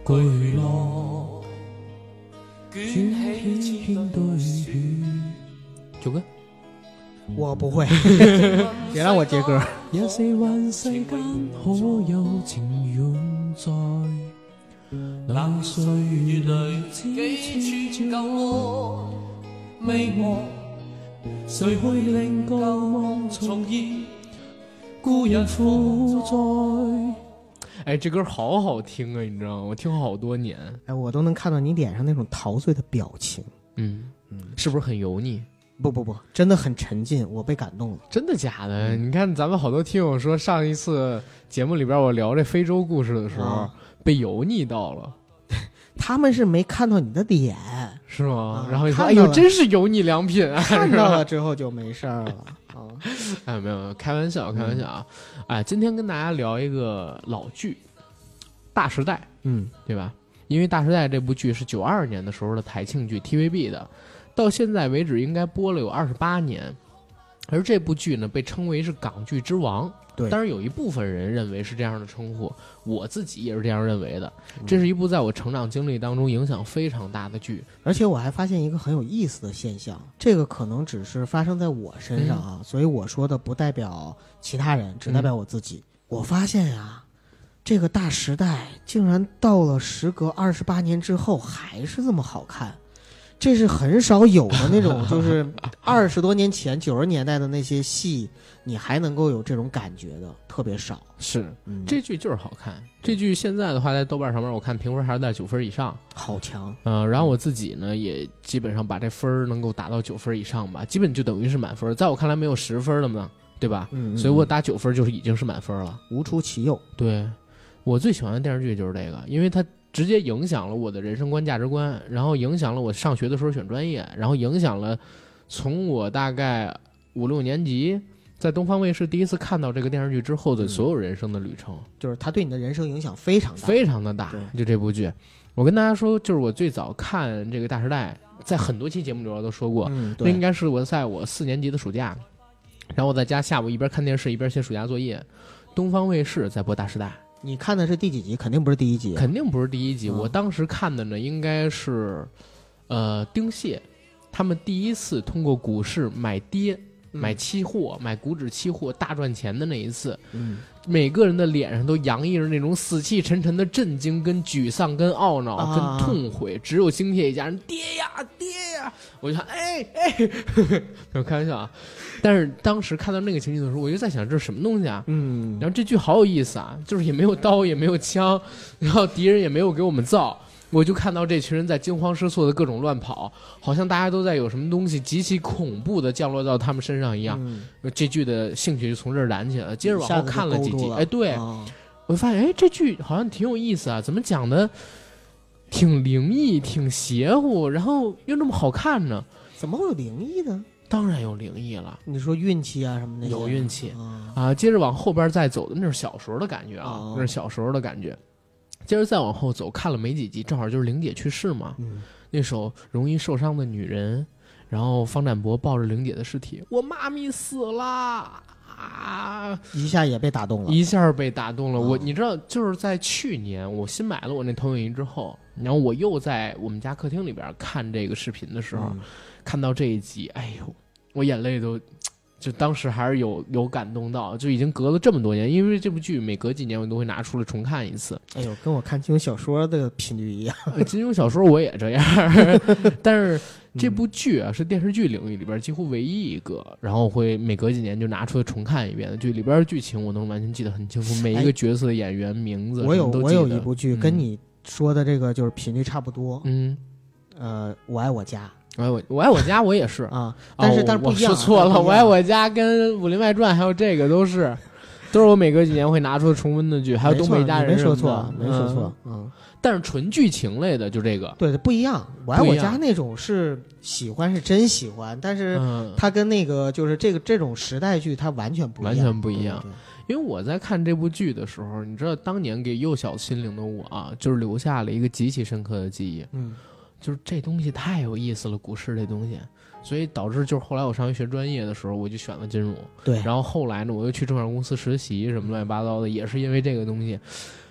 巨浪捲起千對雨。九哥， 我不會，別讓我接歌。 也是幻世間可有情永在，那歲月裏幾寸舊愛未忘，誰去令舊夢重現，故人負在。哎，这歌好好听啊，你知道吗？我听好多年。 哎，我都能看到你脸上那种陶醉的表情。 是不是很油腻？ 不，真的很沉浸，我被感动了。 真的假的？你看咱们好多听友说，上一次节目里边我聊这非洲故事的时候，被油腻到了。 他们是没看到你的脸， 是吗？然后你说，哎呦，真是油腻良品啊！ 看到了之后就没事了。 哎，没有，开玩笑啊！哎，今天跟大家聊一个老剧《大时代》，对吧？因为《大时代》这部剧是92年的时候的台庆剧 TVB 的，到现在为止应该播了有28年，而这部剧呢被称为是港剧之王。 对， 当然有一部分人认为是这样的称呼，我自己也是这样认为的。这是一部在我成长经历当中影响非常大的剧， 而且我还发现一个很有意思的现象，这个可能只是发生在我身上啊，所以我说的不代表其他人，只代表我自己。我发现呀，这个大时代竟然到了时隔28年之后还是这么好看，这是很少有的那种，就是20多年前90年代的那些戏，你还能够有这种感觉的，特别少。 是，这剧就是好看。这剧现在的话，在豆瓣上面我看评分还是在9分以上， 好强。 然后我自己呢，也基本上把这分能够打到9分以上吧，基本就等于是满分。在我看来，没有10分的嘛，对吧？所以我打9分就是已经是满分了， 无出其右。 对，我最喜欢的电视剧就是这个，因为它直接影响了我的人生观、价值观，然后影响了我上学的时候选专业，然后影响了从我大概5、6年级在东方卫视第一次看到这个电视剧之后的所有人生的旅程， 就是它对你的人生影响非常大， 非常的大。就这部剧，我跟大家说，就是我最早看这个《大时代》，在很多期节目里边都说过，那应该是我在我4年级的暑假，然后我在家下午一边看电视一边写暑假作业，东方卫视在播《大时代》。 你看的是第几集？肯定不是第一集， 肯定不是第一集。我当时看的呢，应该是，丁蟹他们第一次通过股市买跌、买期货、买股指期货大赚钱的那一次。每个人的脸上都洋溢着那种死气沉沉的震惊、跟沮丧、跟懊恼、跟痛悔。只有兴业一家人跌呀跌呀，我就想，我开玩笑啊。但是当时看到那个情景的时候，我就在想这是什么东西啊？然后这剧好有意思啊，就是也没有刀也没有枪，然后敌人也没有给我们造，我就看到这群人在惊慌失措的各种乱跑，好像大家都在有什么东西极其恐怖的降落到他们身上一样。这剧的兴趣就从这儿燃起来了，接着往后看了几集，对，我就发现这剧好像挺有意思啊，怎么讲的挺灵异挺邪乎，然后又那么好看呢？ 怎么会有灵异呢？ 当然有灵异了， 你说运气啊什么的， 有运气啊。接着往后边再走的那是小时候的感觉啊，那是小时候的感觉。接着再往后走，看了没几集，正好就是玲姐去世嘛。那首容易受伤的女人，然后方展博抱着玲姐的尸体，我妈咪死了啊！ 一下也被打动了， 一下被打动了。你知道，就是在去年我新买了我那投影仪之后，然后我又在我们家客厅里边看这个视频的时候，看到这一集，哎呦，我眼泪都。就当时还是有感动到，就已经隔了这么多年，因为这部剧每隔几年我都会拿出来重看一次。 哎呦，跟我看金庸小说的频率一样。 金庸小说我也这样，但是这部剧啊是电视剧领域里边几乎唯一一个，然后会每隔几年就拿出来重看一遍的剧。里边剧情我能完全记得很清楚，每一个角色的演员名字我有一部剧跟你说的这个就是频率差不多。我爱我家。 我爱我家我也是啊，但是不一样， 我说错了，我爱我家跟武林外传还有这个都是我每隔几年会拿出重温的剧，还有东北一家人。 没说错，没说错。 但是纯剧情类的就这个， 对，不一样。我爱我家那种是喜欢，是真喜欢，但是它跟那个就是这种时代剧它完全不一样， 完全不一样。因为我在看这部剧的时候，你知道当年给幼小心灵的我啊，就是留下了一个极其深刻的记忆。就是这东西太有意思了，股市这东西，所以导致就是后来我上学专业的时候，我就选了金融。 对， 然后后来呢，我又去证券公司实习，什么乱七八糟的，也是因为这个东西。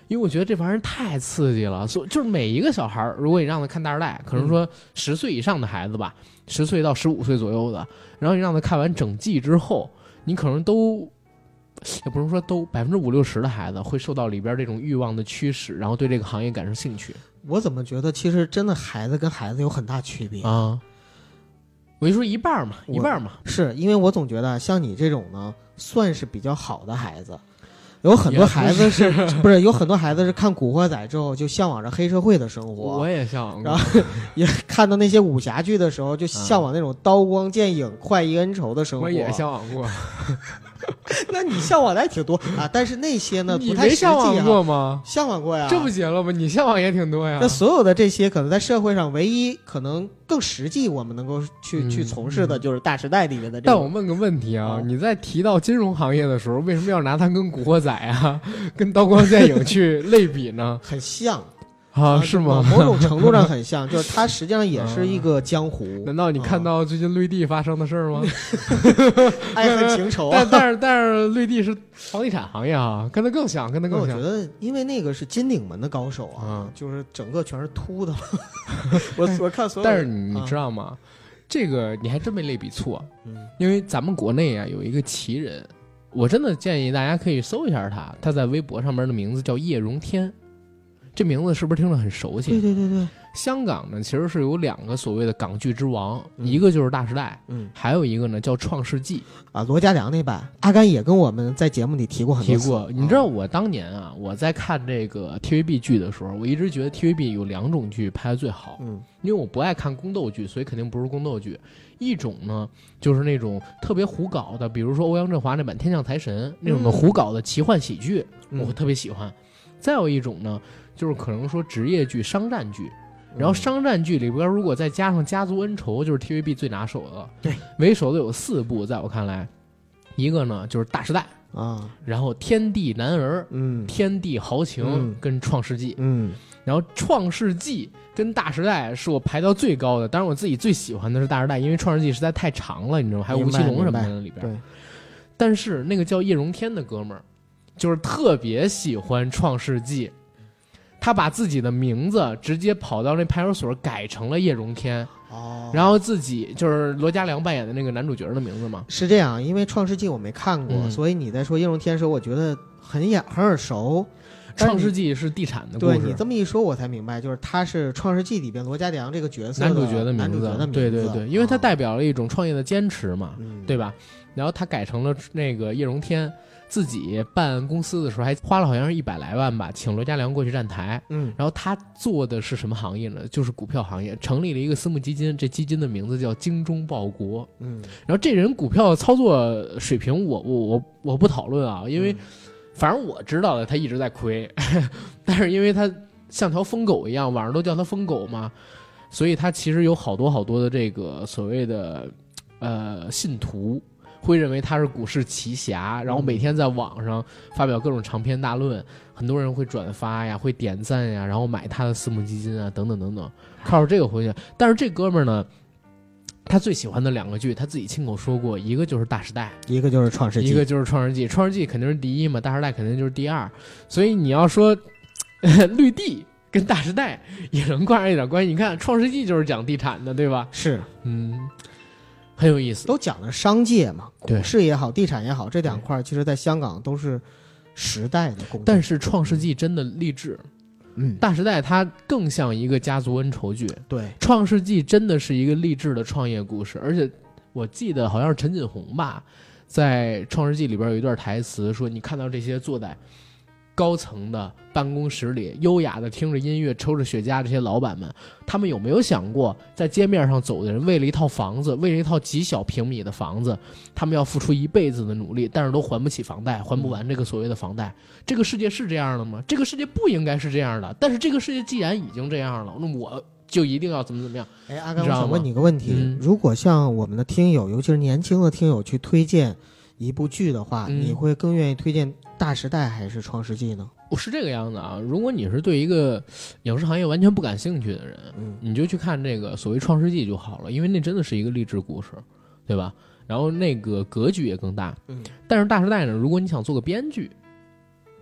因为我觉得这玩意儿太刺激了，所以就是每一个小孩如果你让他看大时代，可能说10岁以上的孩子吧，10岁到15岁左右的，然后你让他看完整季之后，你可能都也不是说都50%-60%的孩子会受到里边这种欲望的驱使，然后对这个行业感生兴趣。 我怎么觉得其实真的孩子跟孩子有很大区别啊？我就说一半嘛，一半嘛， 是因为我总觉得像你这种呢，算是比较好的孩子。有很多孩子是不是有很多孩子是看《古惑仔》之后就向往着黑社会的生活， 我也向往过， 然后也看到那些武侠剧的时候就向往那种刀光剑影、快意恩仇的生活。 我也向往过。 那你向往的还挺多啊，但是那些呢你不太实际。 向往过吗？ 向往过呀， 这不结了吗？你向往也挺多呀。 那所有的这些可能在社会上唯一可能更实际我们能够去从事的就是大时代里面的这种。 但我问个问题啊，你在提到金融行业的时候，为什么要拿它跟古惑仔啊、跟刀光剑影去类比呢？ 很像。 是吗？ 某种程度上很像，就是它实际上也是一个江湖。 难道你看到最近绿地发生的事儿吗？ 爱恨情仇啊！ 但是绿地是房地产行业啊，跟它更像，跟它更像。 我觉得，因为那个是金顶门的高手啊，就是整个全是秃的。我看所有。 但是你知道吗？这个你还真没类比错。因为咱们国内啊有一个奇人，我真的建议大家可以搜一下他在微博上面的名字叫叶荣添。这名字是不是听着很熟悉？ 对。 香港呢，其实是有2个所谓的港剧之王，一个就是《大时代》，还有一个呢叫《创世纪》 啊，罗家良那版，阿甘也跟我们在节目里提过很多次。 你知道我当年啊，我在看这个 TVB 剧的时候，我一直觉得 TVB 有2种剧拍的最好，因为我不爱看宫斗剧，所以肯定不是宫斗剧。一种呢，就是那种特别胡搞的，比如说欧阳震华那版《天降财神》那种的胡搞的奇幻喜剧，我会特别喜欢。再有一种呢，就是可能说职业剧、商战剧，然后商战剧里边如果再加上家族恩仇，就是 TVB 最拿手的。 对， 为首的有4部，在我看来，一个呢就是《大时代》 啊， 然后《天地男儿》天地豪情》跟《创世纪》然后《创世纪》跟《大时代》是我排到最高的，当然我自己最喜欢的是《大时代》，因为《创世纪》实在太长了，你知道吗？还有吴奇隆什么的里边。 对， 但是那个叫叶荣添的哥们儿。就是特别喜欢《创世纪》，他把自己的名字直接跑到那派出所改成了叶荣添，然后自己就是罗家良扮演的那个男主角的名字嘛。 是这样，因为《创世纪》我没看过，所以你在说叶荣添的时候，我觉得很耳熟。 《创世纪》是地产的故事。 对你这么一说，我才明白，就是他是《创世纪》里边罗家良这个角色男主角的名字。对，因为他代表了一种创业的坚持嘛，对吧？然后他改成了那个叶荣添。自己办公司的时候还花了好像是100来万吧，请罗家良过去站台。然后他做的是什么行业呢？就是股票行业，成立了一个私募基金，这基金的名字叫精忠报国。然后这人股票操作水平我不讨论啊，因为反正我知道的他一直在亏，但是因为他像条疯狗一样，网上都叫他疯狗嘛，所以他其实有好多的这个所谓的信徒。会认为他是股市奇侠，然后每天在网上发表各种长篇大论，很多人会转发呀，会点赞呀，然后买他的私募基金啊，等等等等，靠着这个回去。但是这哥们儿呢，他最喜欢的2个剧，他自己亲口说过，一个就是《大时代》， 一个就是《创世纪》， 一个就是《创世纪》。《创世纪》肯定是第一嘛，《大时代》肯定就是第2。所以你要说绿地跟《大时代》也能挂上一点关系。你看，《创世纪》就是讲地产的，对吧？ 是， 很有意思， 都讲的商界嘛，股市也好，地产也好，这2块其实在香港都是时代的贡献。 但是《创世纪》真的励志，大时代它更像一个家族恩仇剧。 对，《 创世纪》真的是一个励志的创业故事，而且我记得好像是陈锦鸿吧，在《创世纪》里边有一段台词说：“你看到这些坐在高层的办公室里优雅的听着音乐抽着雪茄这些老板们，他们有没有想过在街面上走的人为了一套房子，为了一套几小平米的房子，他们要付出一辈子的努力，但是都还不起房贷，还不完这个所谓的房贷。这个世界是这样的吗？这个世界不应该是这样的，但是这个世界既然已经这样了，那我就一定要怎么样。” 哎，阿甘，我想问你个问题，如果像我们的听友，尤其是年轻的听友去推荐一部剧的话，你会更愿意推荐《大时代》还是《创世纪》呢？ 是这个样子啊，如果你是对一个影视行业完全不感兴趣的人，你就去看这个所谓《创世纪》就好了，因为那真的是一个励志故事，对吧？然后那个格局也更大。但是《大时代》呢，如果你想做个编剧，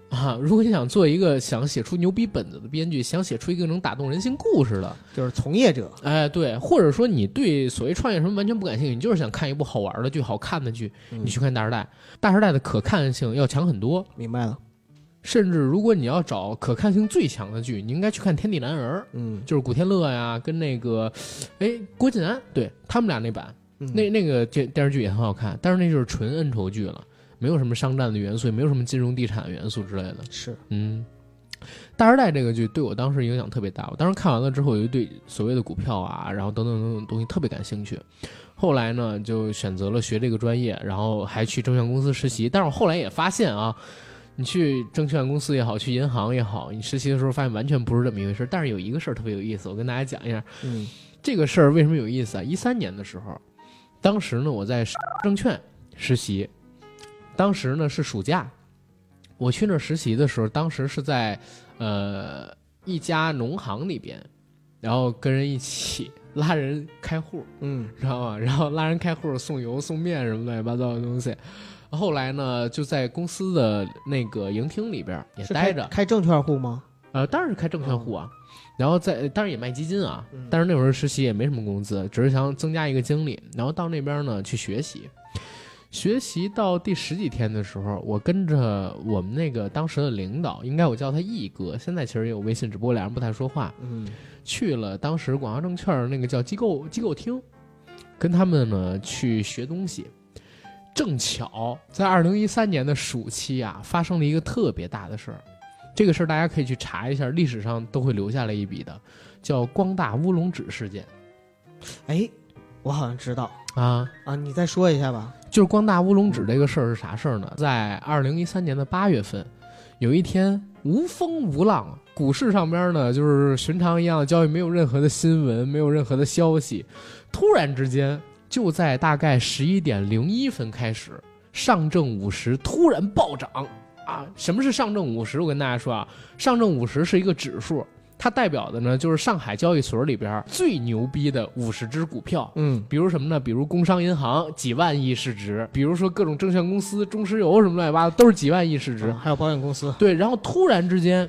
啊，如果你想做一个想写出牛逼本子的编剧，想写出一个能打动人心故事的， 就是从业者。 哎，对，或者说你对所谓创业什么完全不感兴趣，你就是想看一部好玩的剧、好看的剧，你去看《大时代》。《大时代》的可看性要强很多。 明白了。 甚至如果你要找可看性最强的剧，你应该去看《天地男儿》，就是古天乐呀，跟那个，郭晋安，对他们俩那版，那个电视剧也很好看，但是那就是纯恩仇剧了。没有什么商战的元素，也没有什么金融地产元素之类的。 是， 大时代这个剧对我当时影响特别大。我当时看完了之后，有一对所谓的股票啊，然后等等等等东西特别感兴趣。后来呢，就选择了学这个专业，然后还去证券公司实习。但是我后来也发现啊，你去证券公司也好，去银行也好，你实习的时候发现完全不是这么一回事。但是有一个事儿特别有意思，我跟大家讲一下。这个事儿为什么有意思啊？13年的时候，当时呢我在证券实习。当时呢是暑假，我去那儿实习的时候，当时是在一家农行里边，然后跟人一起拉人开户，知道吗？然后拉人开户送油送面什么乱七八糟的东西。后来呢就在公司的那个营厅里边也待着。 开证券户吗？ 当然是开证券户啊。然后当然也卖基金啊，但是那会儿实习也没什么工资，只是想增加一个经历。然后到那边呢去学习到第10几天的时候，我跟着我们那个当时的领导，应该我叫他毅哥，现在其实也有微信，只不过俩人不太说话。去了当时广发证券那个叫机构厅，跟他们呢去学东西。正巧在2013年的暑期啊，发生了一个特别大的事儿。这个事儿大家可以去查一下，历史上都会留下来一笔的，叫光大乌龙指事件。 我好像知道啊， 你再说一下吧。 就是光大乌龙指这个事儿是啥事儿呢？在2013年的8月份，有一天无风无浪，股市上边呢就是寻常一样的交易，没有任何的新闻，没有任何的消息。突然之间，就在大概11点01分开始，上证50突然暴涨啊！什么是上证50？我跟大家说啊，上证50是一个指数。它代表的呢，就是上海交易所里边最牛逼的50只股票。比如什么呢？比如工商银行几万亿市值，比如说各种证券公司、中石油什么乱七八糟都是几万亿市值， 还有保险公司。 对，然后突然之间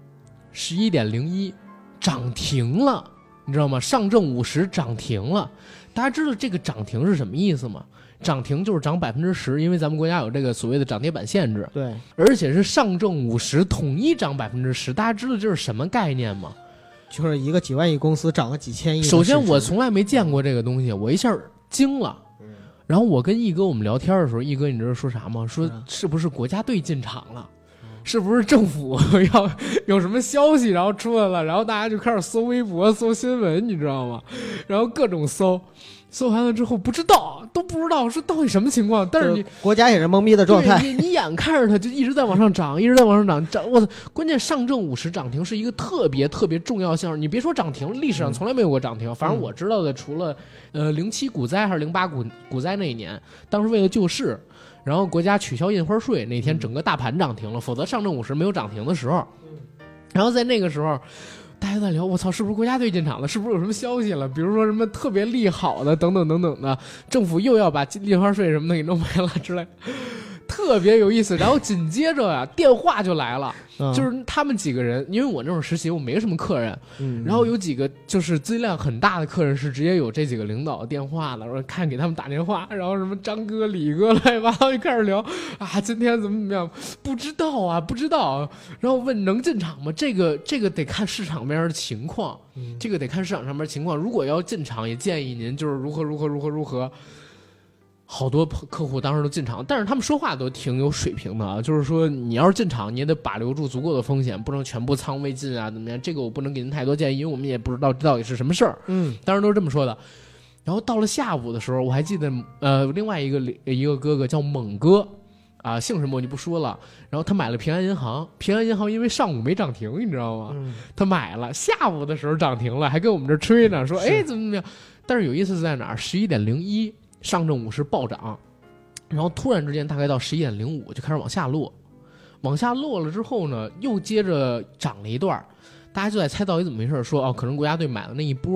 ，11点01涨停了，你知道吗？上证50涨停了。大家知道这个涨停是什么意思吗？涨停就是涨10%，因为咱们国家有这个所谓的涨跌板限制。 对， 而且是上证50统一涨10%，大家知道这是什么概念吗？ 就是一个几万亿公司涨了几千亿。 首先我从来没见过这个东西，我一下惊了。然后我跟毅哥我们聊天的时候，毅哥你知道说啥吗？说是不是国家队进场了？是不是政府要有什么消息然后出来了？然后大家就开始搜微博搜新闻，你知道吗？然后各种搜完了之后都不知道说到底什么情况，但是你国家也是懵逼的状态。 你眼看着它就一直在往上涨，一直在往上涨。我操！关键上证50涨停是一个特别特别重要项。你别说涨停，历史上从来没有过涨停。反正我知道的，除了07股灾还是08股灾那一年，当时为了救市，然后国家取消印花税那天，整个大盘涨停了，否则上证50没有涨停的时候。然后在那个时候。大家在聊，我操，是不是国家队进场了？是不是有什么消息了？比如说什么特别利好的，等等等等的，政府又要把印花税什么的给弄没了之类，特别有意思。然后紧接着啊，电话就来了，就是他们几个人，因为我那会儿实习，我没什么客人，然后有几个就是资金量很大的客人是直接有这几个领导的电话的，然后看给他们打电话，然后什么张哥、李哥乱七八糟就开始聊啊，今天怎么样？不知道，然后问能进场吗？这个得看市场边的情况，这个得看市场上面情况。如果要进场，也建议您就是如何。好多客户当时都进场，但是他们说话都挺有水平的啊。就是说，你要是进场，你也得把留住足够的风险，不能全部仓位进啊，怎么样？这个我不能给您太多建议，因为我们也不知道这到底是什么事儿。当然都是这么说的。然后到了下午的时候，我还记得，另外一个哥哥叫猛哥，啊，姓什么我就不说了。然后他买了平安银行，因为上午没涨停，你知道吗？他买了，下午的时候涨停了，还跟我们这吹呢，说怎么样？但是有意思是在哪儿？11点01。上证50暴涨，然后突然之间大概到11点05就开始往下落了之后呢，又接着涨了一段，大家就在猜到底怎么回事，说可能国家队买了那一波，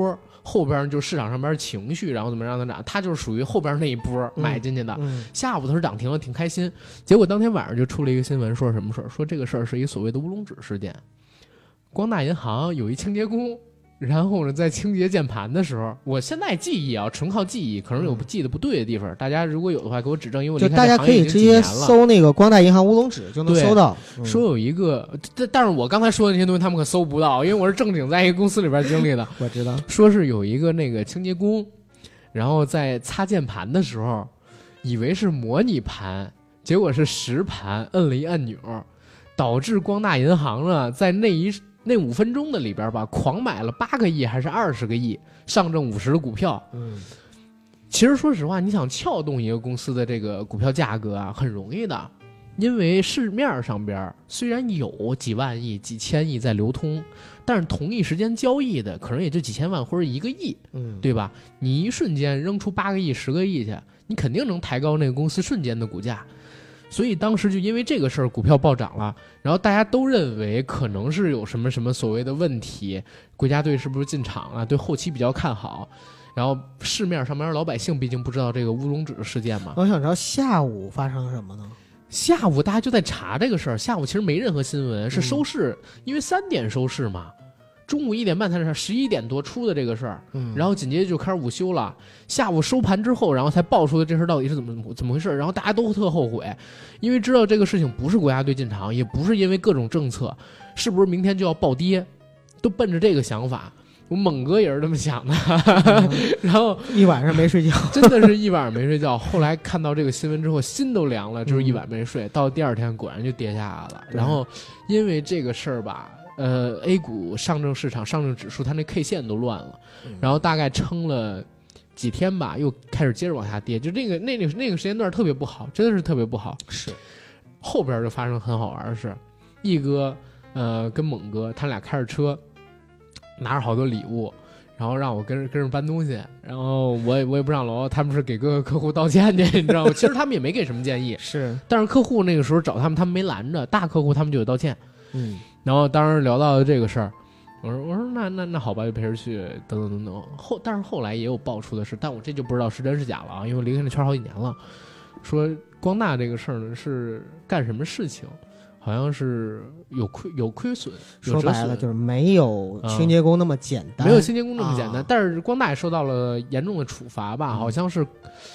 后边就市场上边情绪，然后怎么让它涨，他就是属于后边那一波买进去的。下午的时候涨停了，挺开心。结果当天晚上就出了一个新闻，说什么事儿？说这个事儿是一所谓的乌龙指事件。光大银行有一清洁工，然后呢，在清洁键盘的时候，我现在记忆啊，纯靠记忆，可能有记得不对的地方，大家如果有的话给我指正，因为我离开这行业已经几年了。就大家可以直接搜那个光大银行乌龙指就能搜到。 说有一个，但是我刚才说的那些东西他们可搜不到，因为我是正经在一个公司里边经历的。 我知道，说是有一个那个清洁工，然后在擦键盘的时候，以为是模拟盘，结果是实盘，摁了一按钮，导致光大银行呢在那5分钟的里边吧，狂买了8个亿还是20个亿上证50的股票。其实说实话，你想撬动一个公司的这个股票价格啊，很容易的，因为市面上边虽然有几万亿、几千亿在流通，但是同一时间交易的可能也就几千万或者1个亿，对吧？你一瞬间扔出8个亿、10个亿去，你肯定能抬高那个公司瞬间的股价。所以当时就因为这个事儿，股票暴涨了，然后大家都认为可能是有什么什么所谓的问题，国家队是不是进场啊？对后期比较看好，然后市面上面老百姓毕竟不知道这个乌龙指事件嘛。 我想知道下午发生了什么呢？ 下午大家就在查这个事儿，下午其实没任何新闻，是收市，因为3点收市嘛。中午1点半才是11点多出的这个事儿，然后紧接着就开始午休了。下午收盘之后，然后才爆出的这事到底是怎么回事，然后大家都特后悔，因为知道这个事情不是国家队进场，也不是因为各种政策，是不是明天就要暴跌，都奔着这个想法。我猛哥也是这么想的，然后一晚上没睡觉， 真的是一晚上没睡觉。后来看到这个新闻之后，心都凉了，就是一晚没睡，到第2天果然就跌下来了。然后因为这个事儿吧。A 股上证市场上证指数它那 K 线都乱了，然后大概撑了几天吧，又开始接着往下跌，就那个时间段特别不好，真的是特别不好。 是， 后边就发生很好玩的事，毅哥跟猛哥他俩开着车，拿着好多礼物，然后让我跟着搬东西，然后我也不上楼，他们是给各个客户道歉去，你知道吗？其实他们也没给什么建议， 是， 但是客户那个时候找他们没拦着，大客户他们就有道歉。然后当时聊到这个事儿，我说那好吧，就陪着去等等。但是后来也有爆出的是，但我这就不知道是真是假了啊，因为我离开那圈好几年了。说光大这个事儿呢是干什么事情，好像是有亏损， 说白了就是没有清洁工那么简单， 没有清洁工那么简单。但是光大也受到了严重的处罚吧，好像是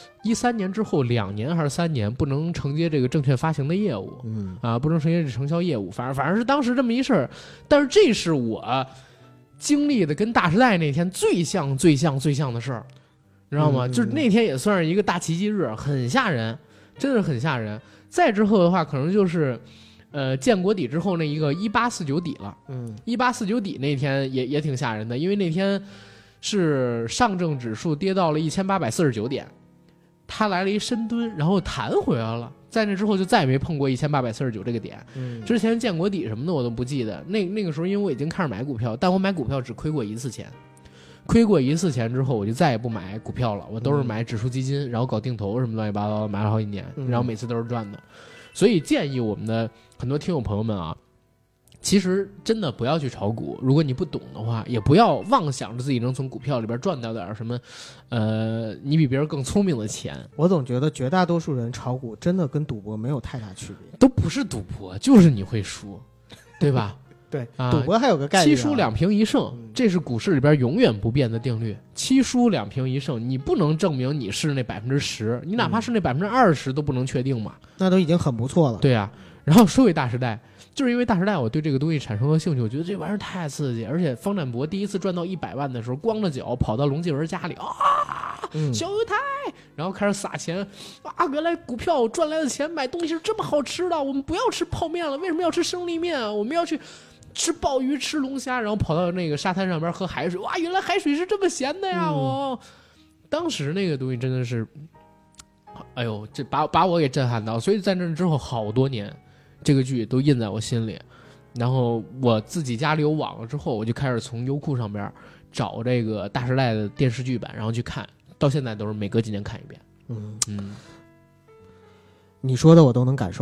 13年之后2年还是3年不能承接这个证券发行的业务，不能承接这承销业务，反正是当时这么一事儿。但是这是我经历的跟大时代那天最像的事儿，知道吗？就是那天也算是一个大奇迹日，很吓人，真的是很吓人。再之后的话，可能就是建国底之后那一个1849底了，1849底那天也挺吓人的，因为那天是上证指数跌到了1849点。他来了一深蹲，然后弹回来了，在那之后就再也没碰过1849这个点。之前建国底什么的我都不记得。那个时候因为我已经开始买股票，但我买股票只亏过一次钱。亏过一次钱之后，我就再也不买股票了，我都是买指数基金，然后搞定投什么乱七八糟，买了好几年，然后每次都是赚的。所以建议我们的很多听友朋友们啊，其实真的不要去炒股，如果你不懂的话，也不要妄想着自己能从股票里边赚到点什么，你比别人更聪明的钱。 我总觉得绝大多数人炒股真的跟赌博没有太大区别， 都不是赌博，就是你会输，对吧？ 对，赌博还有个概率，7 输2平1胜，这是股市里边永远不变的定律。7输2平1胜，你不能证明你是那10%，你哪怕是那20%都不能确定嘛， 那都已经很不错了。 对啊，然后说回大时代。就是因为大时代我对这个东西产生了兴趣，我觉得这玩意儿太刺激，而且方展博第一次赚到100万的时候，光着脚跑到龙继文家里小油台，然后开始撒钱原来股票赚来的钱买东西是这么好吃的，我们不要吃泡面了，为什么要吃生力面啊？我们要去吃鲍鱼吃龙虾，然后跑到那个沙滩上边喝海水，原来海水是这么咸的呀！当时那个东西真的是，哎呦，这把我给震撼到，所以在那之后好多年。这个剧都印在我心里，然后我自己家里有网了之后，我就开始从优酷上边找这个大时代的电视剧版，然后去看，到现在都是每隔几年看一遍。 你说的我都能感受到，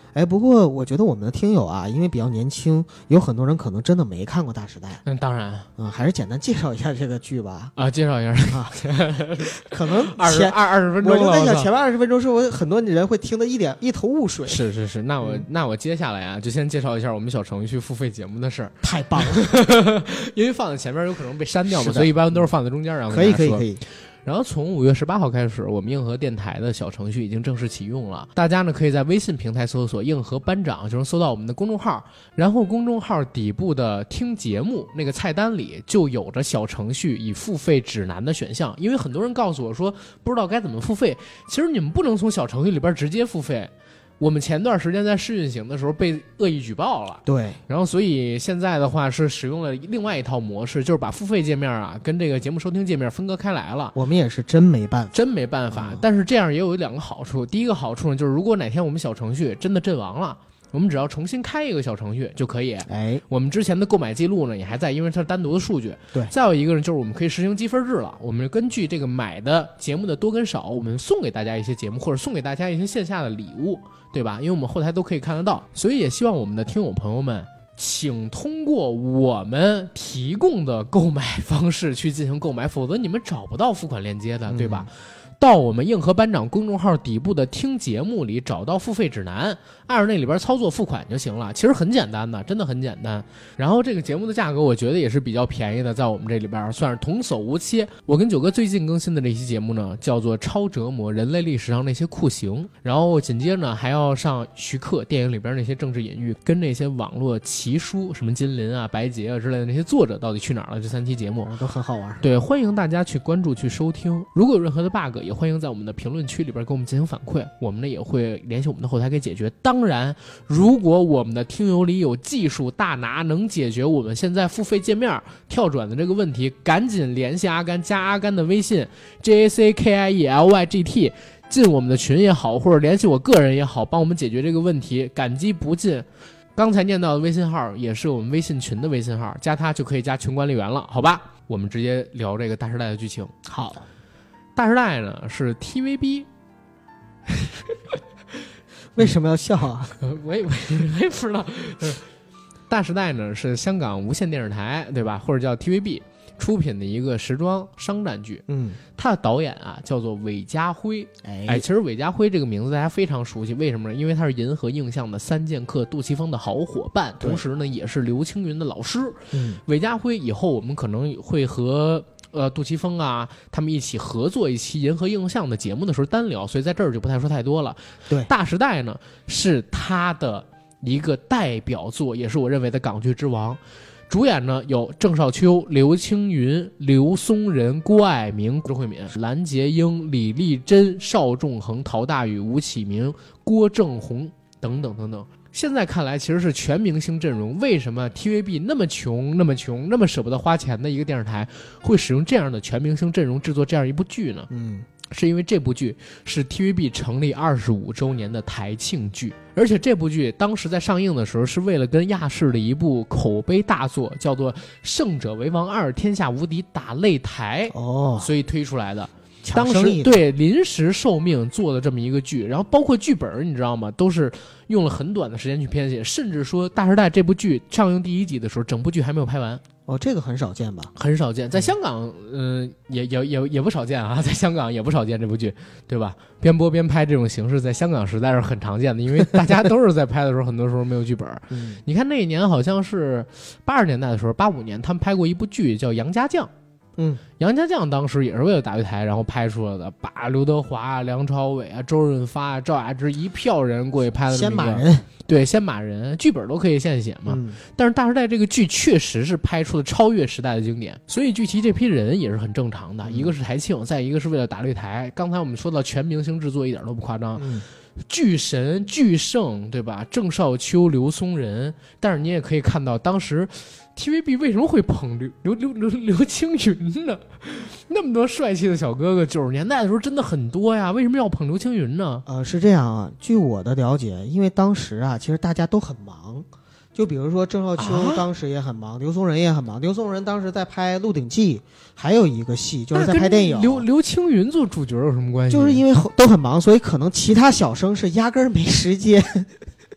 哎，不过我觉得我们的听友啊，因为比较年轻，有很多人可能真的没看过《大时代》。 当然， 还是简单介绍一下这个剧吧。 介绍一下啊， 可能 20分钟了， 我就在想前面20分钟是我很多人会听得一头雾水。 是，那我接下来啊，就先介绍一下我们小程序付费节目的事儿。 太棒了， 因为放在前面有可能被删掉嘛，所以一般都是放在中间，然后可以。 然后从5月18号开始，我们硬核电台的小程序已经正式启用了。大家呢可以在微信平台搜索"硬核班长"，就能搜到我们的公众号。然后公众号底部的听节目那个菜单里就有着小程序以付费指南的选项。因为很多人告诉我说不知道该怎么付费，其实你们不能从小程序里边直接付费。我们前段时间在试运行的时候被恶意举报了， 对， 然后所以现在的话是使用了另外一套模式，就是把付费界面啊跟这个节目收听界面分割开来了。 我们也是真没办法， 但是这样也有2个好处。第一个好处呢，就是如果哪天我们小程序真的阵亡了，我们只要重新开一个小程序就可以。我们之前的购买记录呢也还在，因为它是单独的数据。 对， 再有一个呢，就是我们可以实行积分制了。我们根据这个买的节目的多跟少，我们送给大家一些节目，或者送给大家一些线下的礼物，对吧？因为我们后台都可以看得到，所以也希望我们的听友朋友们，请通过我们提供的购买方式去进行购买，否则你们找不到付款链接的，对吧？到我们硬核班长公众号底部的听节目里找到付费指南，按照那里边操作付款就行了。其实很简单的，真的很简单。然后这个节目的价格我觉得也是比较便宜的，在我们这里边算是童叟无欺。我跟九哥最近更新的这期节目呢叫做超折磨人类历史上那些酷刑，然后紧接着呢还要上徐克电影里边那些政治隐喻，跟那些网络奇书什么金鳞啊白洁啊之类的那些作者到底去哪儿了，这3期节目都很好玩。 对，欢迎大家去关注去收听。如果有任何的 bug，也欢迎在我们的评论区里边给我们进行反馈，我们呢也会联系我们的后台给解决。当然，如果我们的听友里有技术大拿能解决我们现在付费界面跳转的这个问题，赶紧联系阿甘，加阿甘的微信 JACKIELYGT， 进我们的群也好，或者联系我个人也好，帮我们解决这个问题，感激不尽。刚才念到的微信号也是我们微信群的微信号，加他就可以加群管理员了，好吧？我们直接聊这个大时代的剧情。 好， 大时代呢是 TVB 为什么要笑啊？ 我也不知道。大时代呢是香港无线电视台，对吧？或者叫 TVB 出品的一个时装商战剧。他的导演啊叫做韦家辉。其实韦家辉这个名字大家非常熟悉，为什么呢？因为他是银河映像的3剑客杜琪峰的好伙伴，同时呢也是刘青云的老师。韦家辉以后我们可能会和杜琪峰啊他们一起合作一期银河映像的节目的时候单聊，所以在这儿就不太说太多了。 对， 大时代呢是他的一个代表作，也是我认为的港剧之王。主演呢有郑少秋、刘青云、刘松仁、郭蔼明、周慧敏、蓝洁瑛、李丽珍、邵仲衡、陶大宇、吴启明、郭正红等等等等。现在看来其实是全明星阵容，为什么 TVB 那么穷那么舍不得花钱的一个电视台会使用这样的全明星阵容制作这样一部剧呢？是因为这部剧是 TVB 成立25周年的台庆剧，而且这部剧当时在上映的时候是为了跟亚视的一部口碑大作叫做《胜者为王2天下无敌》打擂台所以推出来的。当时对临时受命做的这么一个剧，然后包括剧本你知道吗，都是用了很短的时间去编写，甚至说《大时代》这部剧上映第1集的时候整部剧还没有拍完。 这个很少见吧？ 很少见，在香港也不少见啊，在香港也不少见这部剧，对吧？边播边拍这种形式在香港实在是很常见的，因为大家都是在拍的时候很多时候没有剧本。你看那一年好像是80年代的时候，85年他们拍过一部剧叫《杨家将》。杨家将当时也是为了打擂台然后拍出来的，把刘德华、梁朝伟啊、周润发、赵雅芝一票人过去拍的。 先马人， 对，先马人，剧本都可以现写嘛。但是大时代这个剧确实是拍出了超越时代的经典，所以聚集这批人也是很正常的。一个是台庆，再一个是为了打擂台。刚才我们说到全明星制作一点都不夸张。巨神巨圣，对吧？郑少秋、刘松仁，但是你也可以看到当时 TVB 为什么会捧刘青云呢？那么多帅气的小哥哥，90年代的时候真的很多呀，为什么要捧刘青云呢？ 是这样啊，据我的了解，因为当时啊，其实大家都很忙。就比如说郑少秋当时也很忙，刘松仁也很忙。刘松仁当时在拍《鹿鼎记》，还有一个戏就是在拍电影。 刘青云做主角有什么关系？ 就是因为都很忙，所以可能其他小生是压根儿没时间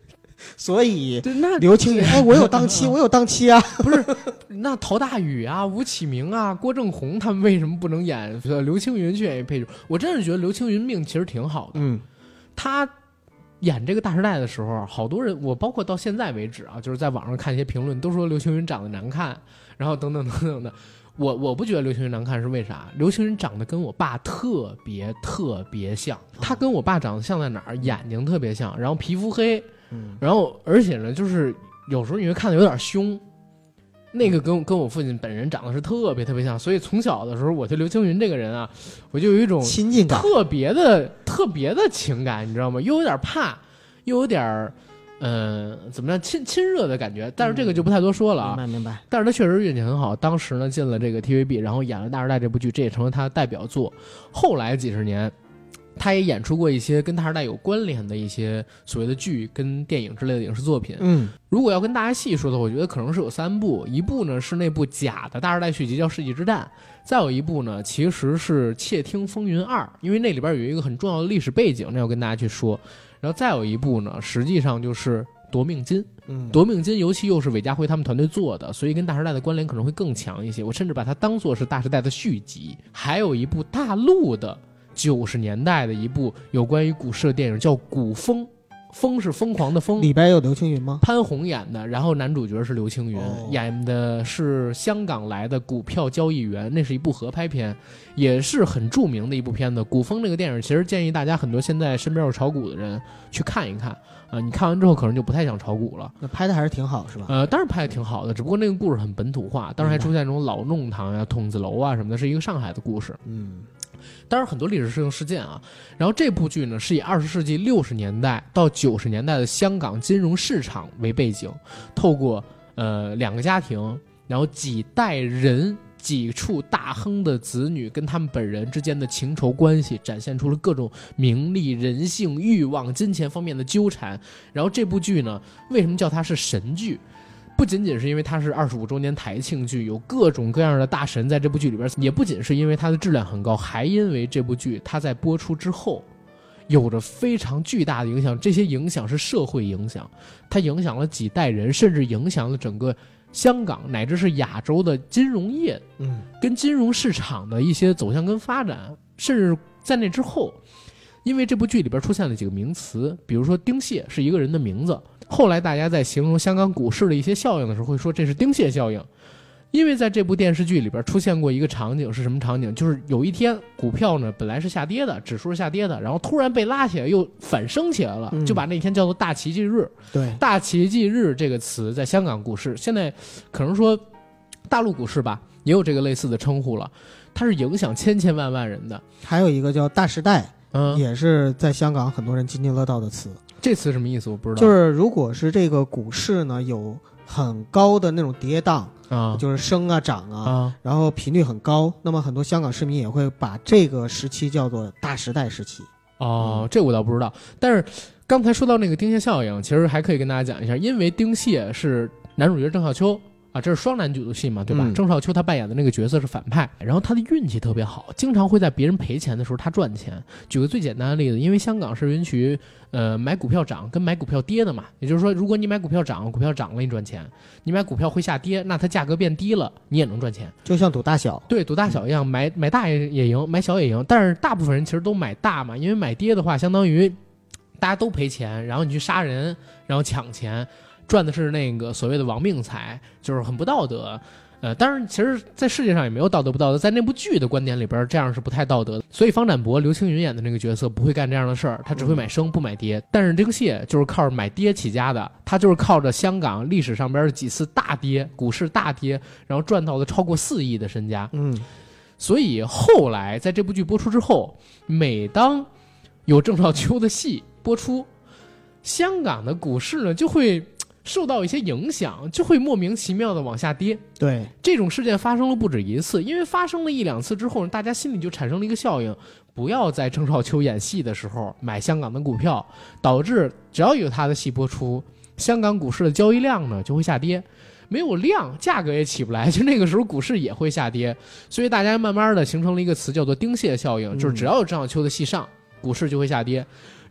所以对，那刘青云，哎，我有档期，我有档期啊！ 不是，那陶大宇啊、吴启明啊、郭正红他们为什么不能演刘青云去演配角？我真是觉得刘青云命其实挺好的。他演这个大时代的时候，好多人，我包括到现在为止啊，就是在网上看一些评论，都说刘青云长得难看，然后等等等等的。我不觉得刘青云难看是为啥？刘青云长得跟我爸特别像，他跟我爸长得像在哪儿？眼睛特别像，然后皮肤黑，然后而且呢，就是有时候你会看得有点凶。那个跟我父亲本人长得是特别像，所以从小的时候我对刘青云这个人啊，我就有一种亲近感， 特别的情感，你知道吗？又有点怕，又有点怎么样亲热的感觉，但是这个就不太多说了啊。 明白。 但是他确实运气很好，当时呢进了这个 TVB， 然后演了《大时代》这部剧，这也成了他的代表作。后来几十年，他也演出过一些跟《大时代》有关联的一些所谓的剧跟电影之类的影视作品。如果要跟大家细说的话，我觉得可能是有3部，一部呢是那部假的《大时代》续集叫《世纪之战》，再有一部呢其实是《窃听风云2》，因为那里边有一个很重要的历史背景，那要跟大家去说。然后再有一部呢，实际上就是夺命金。夺命金尤其又是韦家辉他们团队做的，所以跟大时代的关联可能会更强一些。我甚至把它当作是大时代的续集。还有一部大陆的90年代的一部有关于股市的电影叫《古风》，风是疯狂的风， 里边有刘青云吗？ 潘虹演的，然后男主角是刘青云，演的是香港来的股票交易员，那是一部合拍片，也是很著名的一部片子。《古风》这个电影其实建议大家很多现在身边有炒股的人去看一看你看完之后可能就不太想炒股了。 那拍的还是挺好是吧？ 当然拍的挺好的，只不过那个故事很本土化，当时还出现这种老弄堂呀、筒子楼啊什么的，是一个上海的故事。当然很多历史性事件啊。然后这部剧呢是以20世纪60年代到90年代的香港金融市场为背景，透过2个家庭，然后几代人几处大亨的子女跟他们本人之间的情仇关系，展现出了各种名利、人性、欲望、金钱方面的纠缠。然后这部剧呢，为什么叫它是神剧？不仅仅是因为它是25周年台庆剧，有各种各样的大神在这部剧里边，也不仅是因为它的质量很高，还因为这部剧它在播出之后有着非常巨大的影响。这些影响是社会影响，它影响了几代人，甚至影响了整个香港乃至是亚洲的金融业跟金融市场的一些走向跟发展。甚至在那之后，因为这部剧里边出现了几个名词，比如说丁蟹是一个人的名字，后来大家在形容香港股市的一些效应的时候会说这是丁蟹效应。因为在这部电视剧里边出现过一个场景，是什么场景？就是有一天股票呢本来是下跌的，指数是下跌的，然后突然被拉起来又反升起来了，就把那天叫做大奇迹日。 对， 大奇迹日这个词在香港股市，现在可能说大陆股市吧也有这个类似的称呼了，它是影响千千万万人的。 还有一个叫大时代，也是在香港很多人津津乐道的词。 这词什么意思我不知道。 就是如果是这个股市呢有很高的那种跌宕就是升啊涨啊然后频率很高，那么很多香港市民也会把这个时期叫做大时代时期。 这我倒不知道。但是刚才说到那个丁蟹效应，其实还可以跟大家讲一下，因为丁蟹是男主角郑少秋这是双男主的戏嘛，对吧？郑少秋他扮演的那个角色是反派，然后他的运气特别好，经常会在别人赔钱的时候他赚钱。举个最简单的例子，因为香港是允许买股票涨跟买股票跌的嘛，也就是说如果你买股票涨，股票涨了你赚钱；你买股票会下跌，那它价格变低了你也能赚钱， 就像赌大小。 对，赌大小一样，买大也赢，买小也赢。但是大部分人其实都买大嘛，因为买跌的话相当于大家都赔钱，然后你去杀人，然后抢钱，赚的是那个所谓的亡命财，就是很不道德。当然其实在世界上也没有道德不道德，在那部剧的观点里边这样是不太道德的。所以方展博刘青云演的那个角色不会干这样的事儿，他只会买升不买跌。但是丁蟹就是靠着买跌起家的，他就是靠着香港历史上边几次大跌，股市大跌，然后赚到了超过4亿的身家。所以后来在这部剧播出之后，每当有郑少秋的戏播出，香港的股市呢就会受到一些影响，就会莫名其妙的往下跌。 对， 这种事件发生了不止一次，因为发生了1、2次之后，大家心里就产生了一个效应，不要在郑少秋演戏的时候买香港的股票，导致只要有他的戏播出，香港股市的交易量呢就会下跌，没有量价格也起不来，就那个时候股市也会下跌。所以大家慢慢的形成了一个词叫做丁蟹效应，就是只要有郑少秋的戏上，股市就会下跌。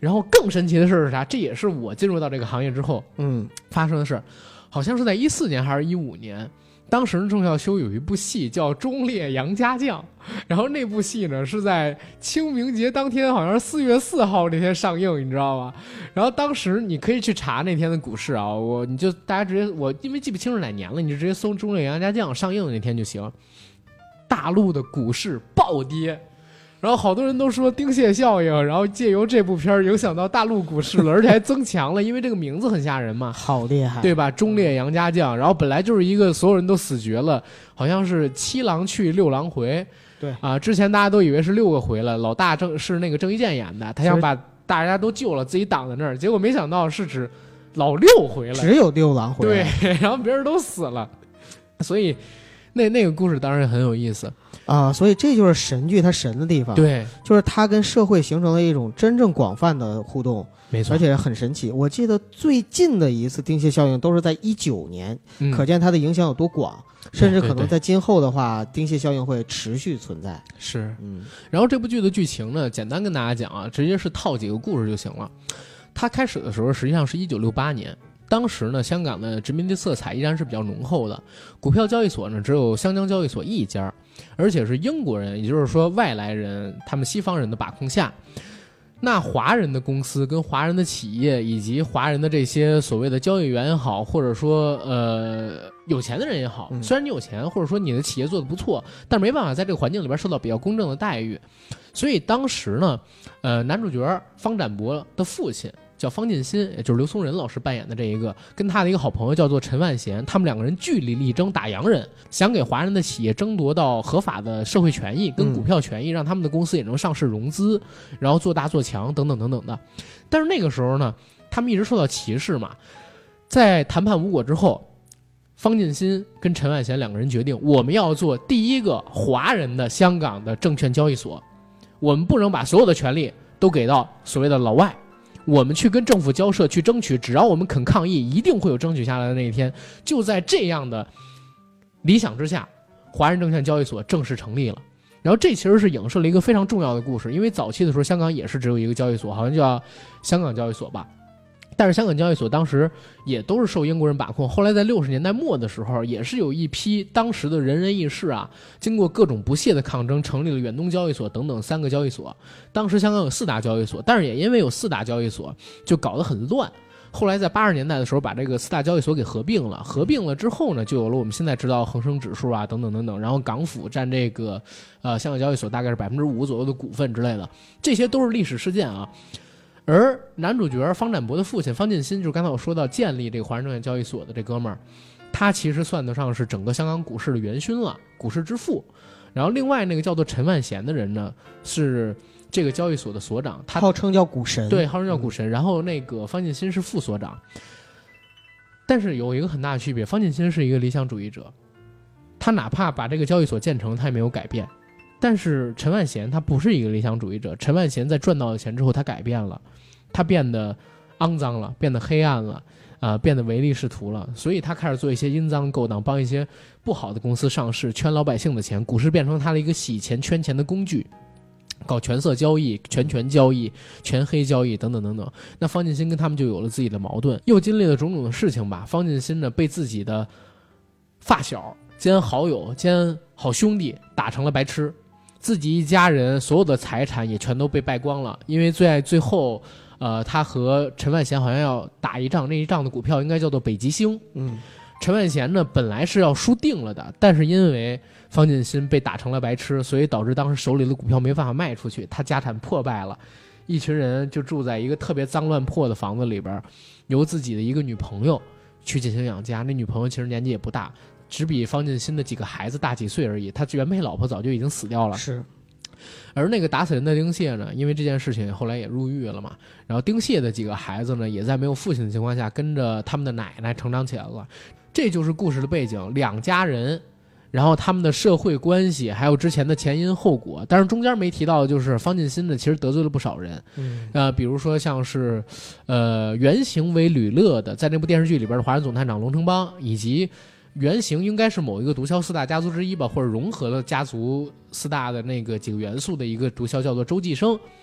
然后更神奇的事是啥？这也是我进入到这个行业之后发生的事，好像是在14年还是15年。当时郑少秋有一部戏叫《忠烈杨家将》，然后那部戏呢是在清明节当天，好像是4月4号那天上映，你知道吗？然后当时你可以去查那天的股市啊，你就大家直接因为记不清是哪年了，你就直接搜《忠烈杨家将》上映的那天就行。大陆的股市暴跌。然后好多人都说丁蟹效应，然后借由这部片影响到大陆股市了，而且还增强了，因为这个名字很吓人嘛， 好厉害， 对吧？忠烈杨家将，然后本来就是一个所有人都死绝了，好像是7郎去6郎回， 对啊，之前大家都以为是6个回了，老大是那个郑伊健演的，他想把大家都救了，自己挡在那儿，结果没想到是指老6回了， 只有6郎回， 对，然后别人都死了，所以那个故事当然很有意思。 所以这就是神剧它神的地方， 对， 就是它跟社会形成了一种真正广泛的互动， 没错， 而且很神奇。我记得最近的一次丁蟹效应都是在19年，可见它的影响有多广，甚至可能在今后的话，丁蟹效应会持续存在。 是，然后这部剧的剧情呢，简单跟大家讲啊，直接是套几个故事就行了。它开始的时候实际上是1968年。当时呢，香港的殖民地色彩依然是比较浓厚的，股票交易所呢只有香江交易所一家，而且是英国人，也就是说外来人，他们西方人的把控下，那华人的公司跟华人的企业以及华人的这些所谓的交易员也好，或者说有钱的人也好，虽然你有钱，或者说你的企业做得不错，但是没办法在这个环境里边受到比较公正的待遇，所以当时呢，男主角方展博的父亲叫方进新，也就是刘松仁老师扮演的这一个，跟他的一个好朋友叫做陈万贤，他们两个人据理力争打洋人，想给华人的企业争夺到合法的社会权益跟股票权益，让他们的公司也能上市融资，然后做大做强等等等等的。但是那个时候呢，他们一直受到歧视嘛，在谈判无果之后，方进新跟陈万贤两个人决定，我们要做第一个华人的香港的证券交易所，我们不能把所有的权利都给到所谓的老外，我们去跟政府交涉，去争取，只要我们肯抗议，一定会有争取下来的那一天。就在这样的理想之下，华人证券交易所正式成立了。然后这其实是影射了一个非常重要的故事，因为早期的时候香港也是只有一个交易所，好像叫香港交易所吧，但是香港交易所当时也都是受英国人把控，后来在60年代末的时候，也是有一批当时的仁人义士啊，经过各种不懈的抗争，成立了远东交易所等等3个交易所。当时香港有4大交易所，但是也因为有4大交易所，就搞得很乱。后来在80年代的时候，把这个4大交易所给合并了。合并了之后呢，就有了我们现在知道恒生指数啊，等等等等。然后港府占这个香港交易所大概是5%左右的股份之类的，这些都是历史事件啊。而男主角方展博的父亲方进新，就是刚才我说到建立这个华人证券交易所的这哥们儿，他其实算得上是整个香港股市的元勋了，股市之父。然后另外那个叫做陈万贤的人呢，是这个交易所的所长，他号称叫股神， 对，号称叫股神。然后那个方进新是副所长，但是有一个很大的区别，方进新是一个理想主义者，他哪怕把这个交易所建成，他也没有改变。但是陈万贤他不是一个理想主义者，陈万贤在赚到了钱之后，他改变了，他变得肮脏了，变得黑暗了，变得唯利是图了，所以他开始做一些阴脏勾当，帮一些不好的公司上市，圈老百姓的钱，股市变成他的一个洗钱圈钱的工具，搞权色交易、权交易、权黑交易等等等等。那方进新跟他们就有了自己的矛盾，又经历了种种的事情吧。方进新呢，被自己的发小兼好友兼好兄弟打成了白痴，自己一家人所有的财产也全都被败光了。因为最后他和陈万贤好像要打一仗，那一仗的股票应该叫做北极星。陈万贤呢本来是要输定了的，但是因为方进新被打成了白痴，所以导致当时手里的股票没办法卖出去，他家产破败了，一群人就住在一个特别脏乱破的房子里边，由自己的一个女朋友去进行养家。那女朋友其实年纪也不大，只比方进新的几个孩子大几岁而已，他原配老婆早就已经死掉了。 是。 而那个打死人的丁蟹呢，因为这件事情后来也入狱了嘛，然后丁蟹的几个孩子呢，也在没有父亲的情况下跟着他们的奶奶成长起来了。这就是故事的背景，两家人，然后他们的社会关系，还有之前的前因后果。但是中间没提到的就是方进新呢，其实得罪了不少人。比如说像是原型为吕乐的，在那部电视剧里边的华人总探长龙城邦，以及原型应该是某一个毒枭4大家族之一吧，或者融合了家族4大的那个几个元素的一个毒枭，叫做周继生。然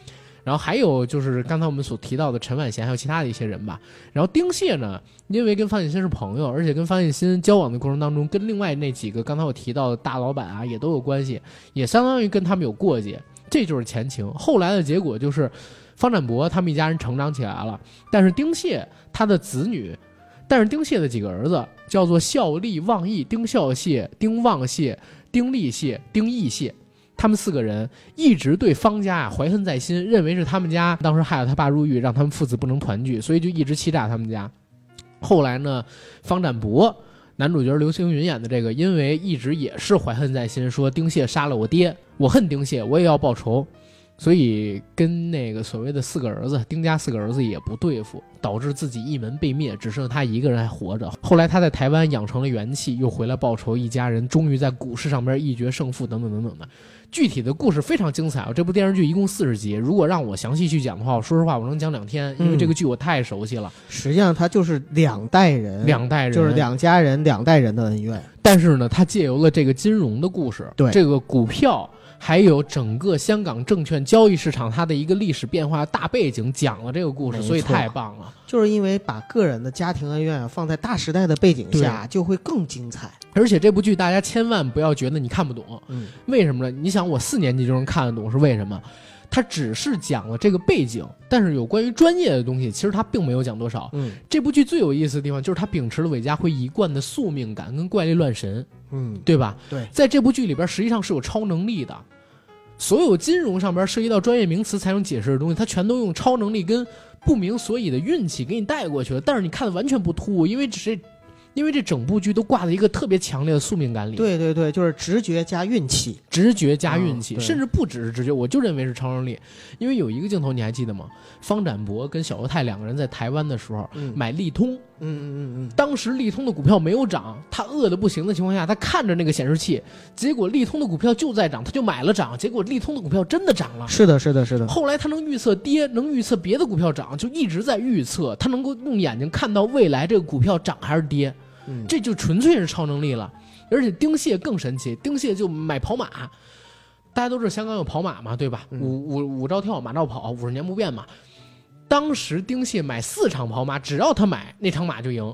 然后还有就是刚才我们所提到的陈婉娴，还有其他的一些人吧。然后丁蟹呢，因为跟方锦新是朋友，而且跟方锦新交往的过程当中，跟另外那几个刚才我提到的大老板啊也都有关系，也相当于跟他们有过节，这就是前情。后来的结果就是方展博他们一家人成长起来了，但是丁蟹他的子女，但是丁蟹的几个儿子叫做孝利、望义、丁孝蟹、丁望蟹、丁立蟹、丁义蟹，他们4个人一直对方家怀恨在心，认为是他们家当时害了他爸入狱，让他们父子不能团聚，所以就一直欺诈他们家。后来呢，方展博男主角刘青云演的这个，因为一直也是怀恨在心，说丁蟹杀了我爹，我恨丁蟹，我也要报仇，所以跟那个所谓的4个儿子，丁家4个儿子也不对付，导致自己一门被灭，只剩他一个人还活着。后来他在台湾养成了元气，又回来报仇，一家人终于在股市上边一决胜负，等等等等的。具体的故事非常精彩啊！这部电视剧一共40集，如果让我详细去讲的话，说实话我能讲2天，因为这个剧我太熟悉了。 实际上它就是2代人，就是2家人2代人的恩怨。 但是呢，它借由了这个金融的故事， 对这个股票，还有整个香港证券交易市场它的一个历史变化大背景，讲了这个故事，所以太棒了。 就是因为把个人的家庭恩怨放在大时代的背景下，就会更精彩。 而且这部剧大家千万不要觉得你看不懂，为什么呢？你想我4年级就能看得懂是为什么？它只是讲了这个背景，但是有关于专业的东西，其实它并没有讲多少。这部剧最有意思的地方就是它秉持了韦家辉一贯的宿命感跟怪力乱神，对吧？ 对， 在这部剧里边实际上是有超能力的，所有金融上边涉及到专业名词才能解释的东西，它全都用超能力跟不明所以的运气给你带过去了，但是你看的完全不突兀，因为这整部剧都挂在一个特别强烈的宿命感里。 对对对，就是直觉加运气， 甚至不只是直觉，我就认为是超能力。因为有一个镜头你还记得吗？方展博跟小犹太2个人在台湾的时候，买利通，当时利通的股票没有涨，他饿得不行的情况下，他看着那个显示器，结果利通的股票就在涨，他就买了涨，结果利通的股票真的涨了。 是的。 后来他能预测跌，能预测别的股票涨，就一直在预测，他能够用眼睛看到未来这个股票涨还是跌。这就纯粹是超能力了。而且丁蟹更神奇，丁蟹就买跑马，大家都知道香港有跑马嘛，对吧？舞照跳，马照跑，50年不变嘛。当时丁蟹买4场跑马，只要他买那场马就赢，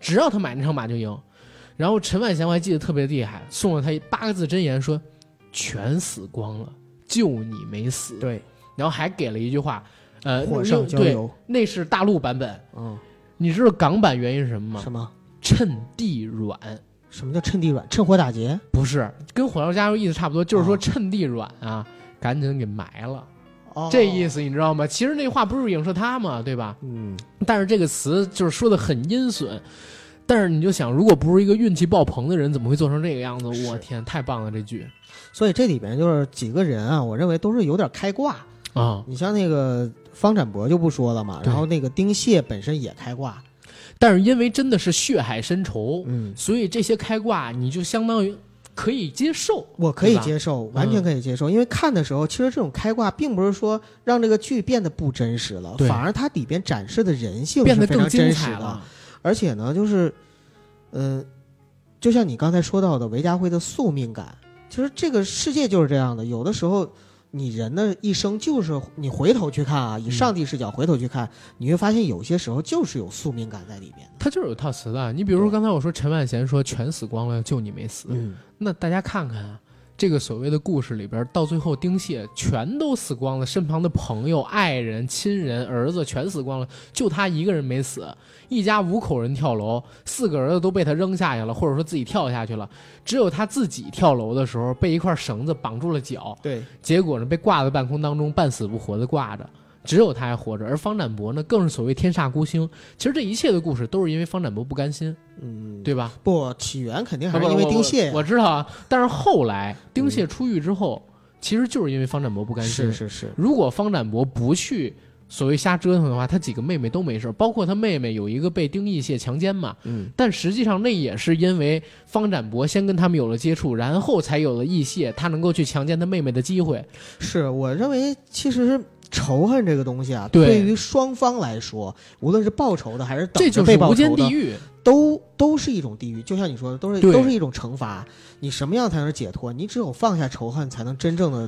然后陈婉娴我还记得特别厉害，送了他8个字真言，说全死光了，就你没死。 对， 然后还给了一句话， 火上浇油， 那是大陆版本。你知道港版原因是什么吗？ 什么？ 趁地软。 什么叫趁地软？趁火打劫？ 不是，跟火烧加油意思差不多，就是说趁地软啊，赶紧给埋了。这意思你知道吗？其实那话不是影射他嘛，对吧？但是这个词就是说的很阴损。但是你就想，如果不是一个运气爆棚的人，怎么会做成这个样子？我天，太棒了这剧！ 所以这里边就是几个人啊，我认为都是有点开挂啊。 你像那个方展博就不说了嘛，然后那个丁蟹本身也开挂。 但是因为真的是血海深仇，所以这些开挂你就相当于可以接受。 我可以接受，完全可以接受。因为看的时候，其实这种开挂并不是说让这个剧变得不真实了，反而它里边展示的人性是非常真实的。而且呢，就是，就像你刚才说到的韦家辉的宿命感，其实这个世界就是这样的。有的时候，你人的一生就是你回头去看啊，以上帝视角回头去看，你会发现有些时候就是有宿命感在里面。 它就是有套词的。你比如说刚才我说陈婉娴说全死光了，就你没死。那大家看看啊，这个所谓的故事里边，到最后丁蟹全都死光了，身旁的朋友、爱人、亲人、儿子全死光了，就他一个人没死。一家5口人跳楼，4个儿子都被他扔下去了，或者说自己跳下去了，只有他自己跳楼的时候被一块绳子绑住了脚， 对， 结果呢被挂在半空当中，半死不活的挂着，只有他还活着。而方展博呢，更是所谓天煞孤星。其实这一切的故事都是因为方展博不甘心，对吧？ 不，起源肯定还是因为丁蟹。 我知道啊，但是后来丁蟹出狱之后，其实就是因为方展博不甘心。 是。 如果方展博不去所谓瞎折腾的话，他几个妹妹都没事，包括他妹妹有一个被丁义蟹强奸嘛，但实际上那也是因为方展博先跟他们有了接触，然后才有了义蟹他能够去强奸他妹妹的机会。 是，我认为其实仇恨这个东西啊，对于双方来说，无论是报仇的还是等着被报仇的， 这就是无间地狱， 都是一种地狱。就像你说的，都是一种惩罚。你什么样才能解脱？你只有放下仇恨，才能真正的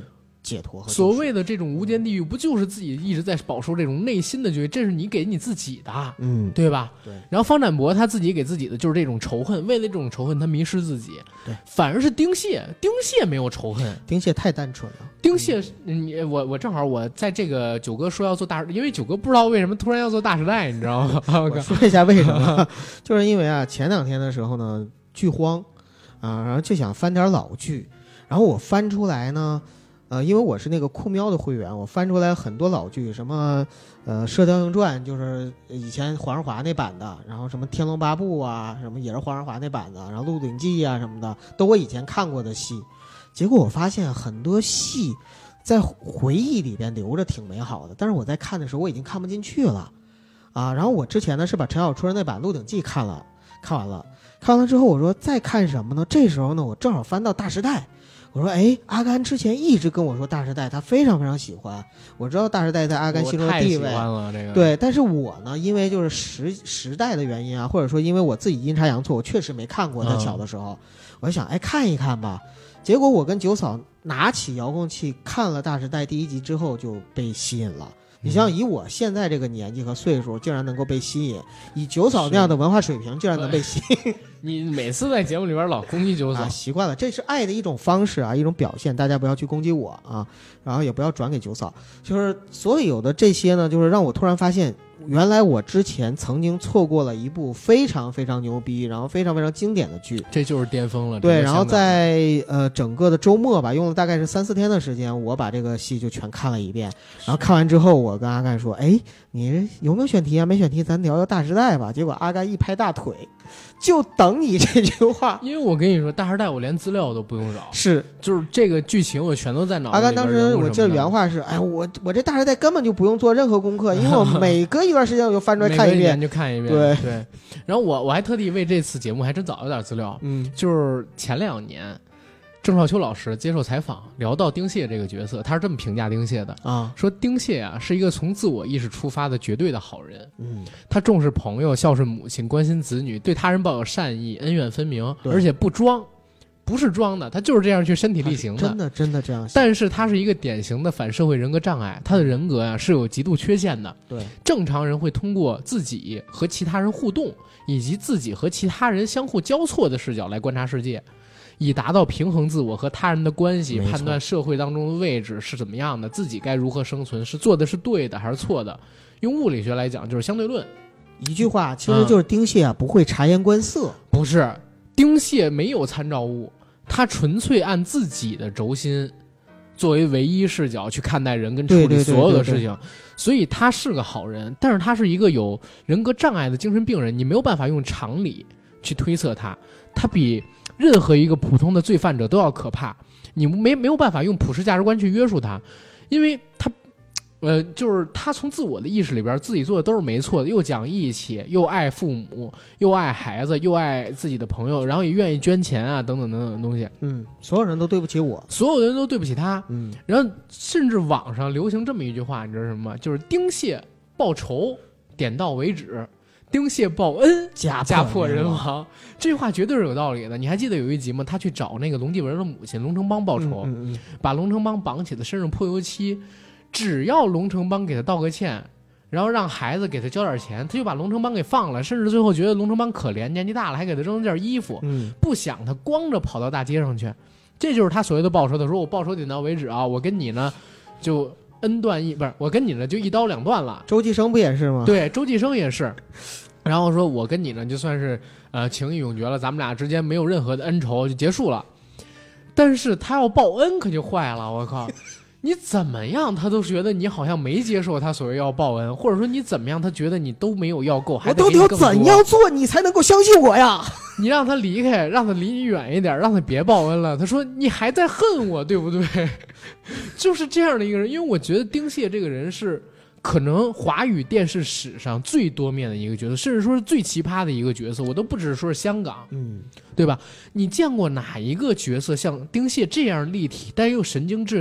解脱和救赎。 所谓的这种无间地狱，不就是自己一直在饱受这种内心的这是你给你自己的，对吧？ 对。 然后方展博他自己给自己的就是这种仇恨，为了这种仇恨他迷失自己。 对， 反而是丁蟹没有仇恨， 丁蟹太单纯了。 丁蟹，我正好我在这个九哥说要做大，因为九哥不知道为什么突然要做大时代，你知道吗？ 我说一下为什么，就是因为啊，前2天的时候呢，剧荒啊，然后就想翻点老剧，然后我翻出来呢，因为我是那个酷喵的会员，我翻出来很多老剧，什么《射雕英雄传》，就是以前黄日华那版的，然后什么《天龙八部》啊，什么也是黄日华那版的，然后《鹿鼎记》啊什么的，都我以前看过的戏。结果我发现很多戏在回忆里边留着挺美好的，但是我在看的时候我已经看不进去了啊。然后我之前呢是把陈小春那版《鹿鼎记》看完了之后，我说再看什么呢？这时候呢我正好翻到《大时代》，我说阿甘之前一直跟我说《大时代》他非常非常喜欢，我知道《大时代》在阿甘心中的地位， 我太喜欢了这个。 对，但是我呢因为就是时代的原因啊，或者说因为我自己阴差阳错，我确实没看过，在小的时候，我就想看一看吧。结果我跟九嫂拿起遥控器看了《大时代》第1集之后就被吸引了。你想以我现在这个年纪和岁数竟然能够被吸引，以九嫂那样的文化水平竟然能被吸引， 你每次在节目里边老攻击九嫂， 习惯了，这是爱的一种方式啊，一种表现，大家不要去攻击我啊，然后也不要转给九嫂。就是所有的这些呢，就是让我突然发现，原来我之前曾经错过了一部非常非常牛逼，然后非常非常经典的剧， 这就是巅峰了。 对，然后在整个的周末吧，用了大概是3-4天的时间，我把这个戏就全看了一遍。然后看完之后，我跟阿甘说：“你有没有选题啊？没选题，咱聊聊《大时代》吧。”结果阿甘一拍大腿，就等你这句话。 因为我跟你说，《大时代》我连资料都不用找，就是这个剧情我全都在脑子里边。 阿甘当时我记得原话是：“我这《大时代》根本就不用做任何功课，因为我每隔一段时间我就翻出来看一遍， 就看一遍。对。然后我还特地为这次节目还真找了点资料，就是前2年。郑少秋老师接受采访聊到丁蟹这个角色，他是这么评价丁蟹的啊，说丁蟹啊是一个从自我意识出发的绝对的好人，他重视朋友，孝顺母亲，关心子女，对他人抱有善意，恩怨分明，而且不装，不是装的，他就是这样去身体力行的， 真的这样。 但是他是一个典型的反社会人格障碍，他的人格啊是有极度缺陷的。 对， 正常人会通过自己和其他人互动，以及自己和其他人相互交错的视角来观察世界。以达到平衡自我和他人的关系，判断社会当中的位置是怎么样的，自己该如何生存，是做的是对的还是错的。用物理学来讲就是相对论。 一句话其实就是丁蟹不会察言观色。 不是，丁蟹没有参照物，他纯粹按自己的轴心作为唯一视角去看待人跟处理所有的事情，所以他是个好人，但是他是一个有人格障碍的精神病人，你没有办法用常理去推测他比任何一个普通的罪犯者都要可怕，你没有办法用普世价值观去约束他，因为他就是他从自我的意识里边自己做的都是没错的，又讲义气，又爱父母，又爱孩子，又爱自己的朋友，然后也愿意捐钱啊，等等等等的东西。 所有人都对不起我， 所有人都对不起他。然后甚至网上流行这么一句话，你知道什么吗？就是丁蟹报仇，点到为止。丁蟹报恩，家破人亡。这句话绝对是有道理的。你还记得有一集吗？他去找那个龙继文的母亲龙城邦报仇，把龙城邦绑起来，身上泼油漆，只要龙城邦给他道个歉，然后让孩子给他交点钱，他就把龙城邦给放了，甚至最后觉得龙城邦可怜，年纪大了还给他扔件衣服，不想他光着跑到大街上去。这就是他所谓的报仇。他说我报仇点到为止啊，我跟你呢就恩断义，不是我跟你呢就一刀两断了。 周继生不也是吗？ 对，周继生也是。然后说我跟你呢就算是情义永绝了，咱们俩之间没有任何的恩仇，就结束了。但是他要报恩可就坏了，我靠！你怎么样他都觉得你好像没接受他所谓要报恩，或者说你怎么样他觉得你都没有要够，还得给你更多。 我到底要怎样做你才能够相信我呀？ 你让他离开，让他离你远一点，让他别报恩了。他说你还在恨我，对不对？就是这样的一个人。因为我觉得丁蟹这个人是可能华语电视史上最多面的一个角色，甚至说是最奇葩的一个角色。我都不只是说是香港，对吧？你见过哪一个角色像丁蟹这样立体但又神经质到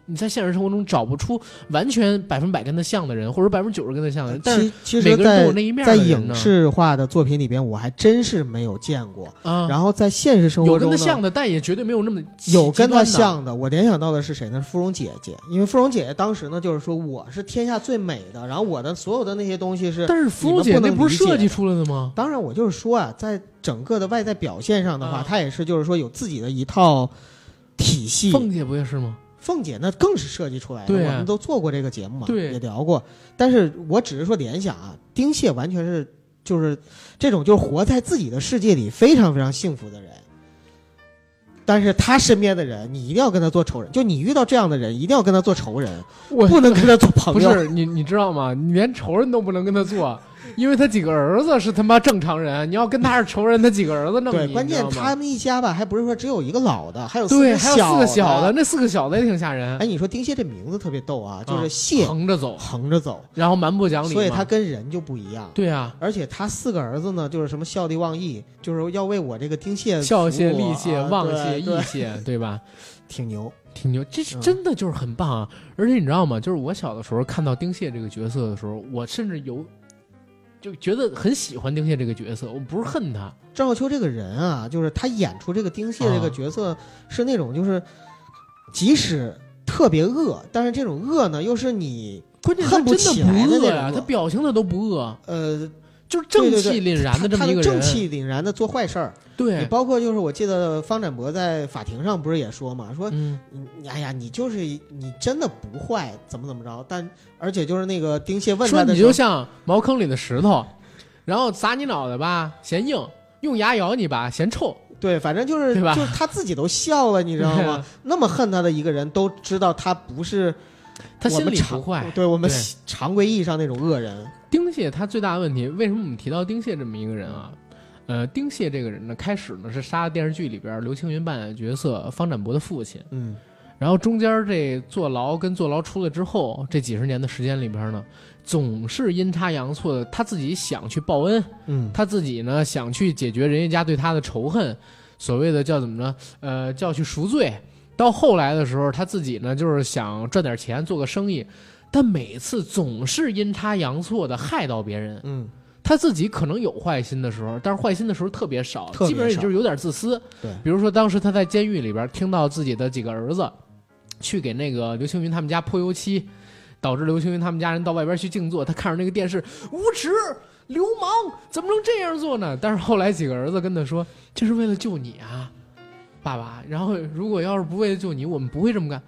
你在现实生活中找不出完全100%跟他像的人，或者90%跟他像的人，但是其实每个人都有那一面的在人呢。 影视化的作品里边，我还真是没有见过。 啊， 然后在现实生活中呢， 有跟他像的，但也绝对没有那么有跟他极端的像的。我联想到的是谁呢？芙蓉姐姐，因为芙蓉姐姐当时呢，就是说我是天下最美的，然后我的所有的那些东西是， 但是芙蓉姐那不是设计出来的吗？ 当然，我就是说啊，在整个的外在表现上的话， 啊她也是就是说有自己的一套体系。 凤姐不也是吗？ 凤姐那更是设计出来的， 对啊我们都做过这个节目嘛， 对也聊过。但是我只是说联想啊，丁蟹完全是就是这种就是活在自己的世界里非常非常幸福的人。但是他身边的人，你一定要跟他做仇人。就你遇到这样的人，一定要跟他做仇人，不能跟他做朋友。 不是你知道吗？你连仇人都不能跟他做，因为他几个儿子是他妈正常人，你要跟他是仇人，他几个儿子弄你。 对，关键他们一家吧，还不是说只有一个老的，还有对， 还有4个小的，那4个小的也挺吓人。 哎，你说丁蟹这名字特别逗啊，就是蟹横着走， 横着走， 然后蛮不讲理， 所以他跟人就不一样。 对啊， 而且他4个儿子呢，就是什么孝弟望义，就是要为我这个丁蟹孝谢、悌谢、望谢、 义谢，对吧？ 挺牛， 挺牛，这是真的就是很棒啊！而且你知道吗？就是我小的时候看到丁蟹这个角色的时候，我甚至就觉得很喜欢丁蟹这个角色，我不是恨他。 郑少秋这个人啊，就是他演出这个丁蟹这个角色是那种就是即使特别恶，但是这种恶呢又是你恨不起来的那种恶， 他表情他都不恶，就是正气凛然的这么一个人， 正气凛然的做坏事儿。 对， 你包括就是我记得方展博在法庭上不是也说嘛，说哎呀，你就是你真的不坏，怎么着？但而且就是那个丁蟹问他的时候， 说你就像茅坑里的石头，然后砸你脑袋吧嫌硬，用牙咬你吧嫌臭。 对，反正就是对吧？ 就是他自己都笑了，你知道吗？那么恨他的一个人，都知道他不是他心里不坏， 对我们常规意义上那种恶人。 丁蟹他最大的问题，为什么我们提到丁蟹这么一个人啊？丁蟹这个人呢，开始呢是杀了电视剧里边刘青云扮演的角色方展博的父亲，然后中间这坐牢跟坐牢出来之后，这几十年的时间里边呢，总是阴差阳错的，他自己想去报恩，他自己呢想去解决人家家对他的仇恨，所谓的叫怎么着，叫去赎罪。到后来的时候，他自己呢就是想赚点钱做个生意，但每次总是阴差阳错的害到别人。他自己可能有坏心的时候，但是坏心的时候特别少，基本上也就是有点自私。 对， 比如说当时他在监狱里边听到自己的几个儿子去给那个刘青云他们家泼油漆，导致刘青云他们家人到外边去静坐，他看着那个电视，无耻流氓怎么能这样做呢？但是后来几个儿子跟他说，这是为了救你啊爸爸，然后如果要是不为了救你，我们不会这么干。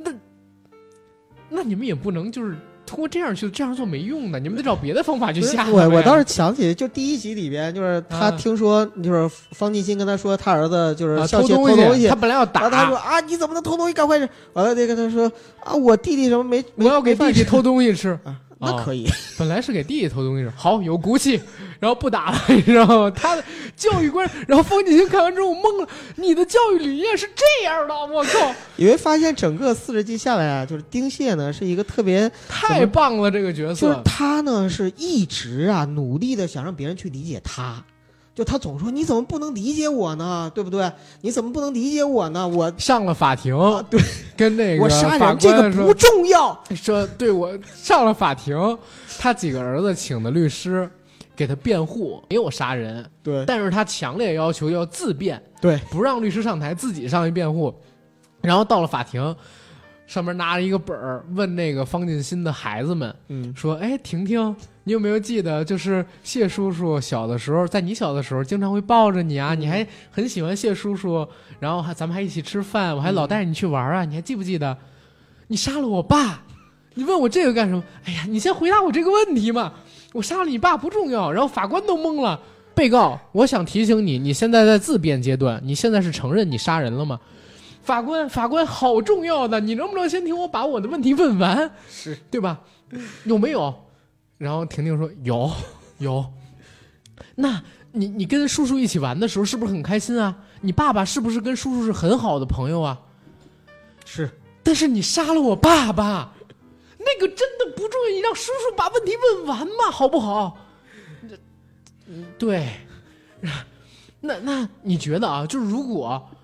那你们也不能就是通过这样做没用的，你们得找别的方法去吓他。 我倒是想起，就第1集里边，就是他听说，就是方进新跟他说，他儿子就是偷东西， 他本来要打， 他说啊，你怎么能偷东西干坏事？完了，那个他说啊，我弟弟什么没， 我要给弟弟偷东西吃啊，那可以。 本来是给弟弟偷东西吃，好有骨气，然后不打了，你知道吗？他的教育观，然后方进新看完之后懵了，你的教育理念是这样的，我靠！ 你会发现整个40集下来啊，就是丁蟹呢是一个特别太棒了，这个角色， 就是他呢是一直啊努力的想让别人去理解他。就他总说你怎么不能理解我呢？对不对？你怎么不能理解我呢？我上了法庭， 对， 跟那个我杀人这个不重要。 说对，我上了法庭，他几个儿子请的律师给他辩护，没有杀人， 对， 但是他强烈要求要自辩， 对， 不让律师上台，自己上去辩护。然后到了法庭，上面拿着一个本儿，问那个方进新的孩子们，说：“哎，婷婷，你有没有记得，就是谢叔叔小的时候，在你小的时候，经常会抱着你啊，你还很喜欢谢叔叔，然后咱们还一起吃饭，我还老带你去玩啊，你还记不记得？你杀了我爸，你问我这个干什么？哎呀，你先回答我这个问题嘛。我杀了你爸不重要。”然后法官都懵了。被告，我想提醒你，你现在在自辩阶段，你现在是承认你杀人了吗？法官，好重要的，你能不能先听我把我的问题问完？ 是对吧？有没有？然后婷婷说有。那你跟叔叔一起玩的时候是不是很开心啊？你爸爸是不是跟叔叔是很好的朋友啊？ 是。 但是你杀了我爸爸，那个真的不重要，你让叔叔把问题问完嘛，好不好？对。那你觉得啊，就是如果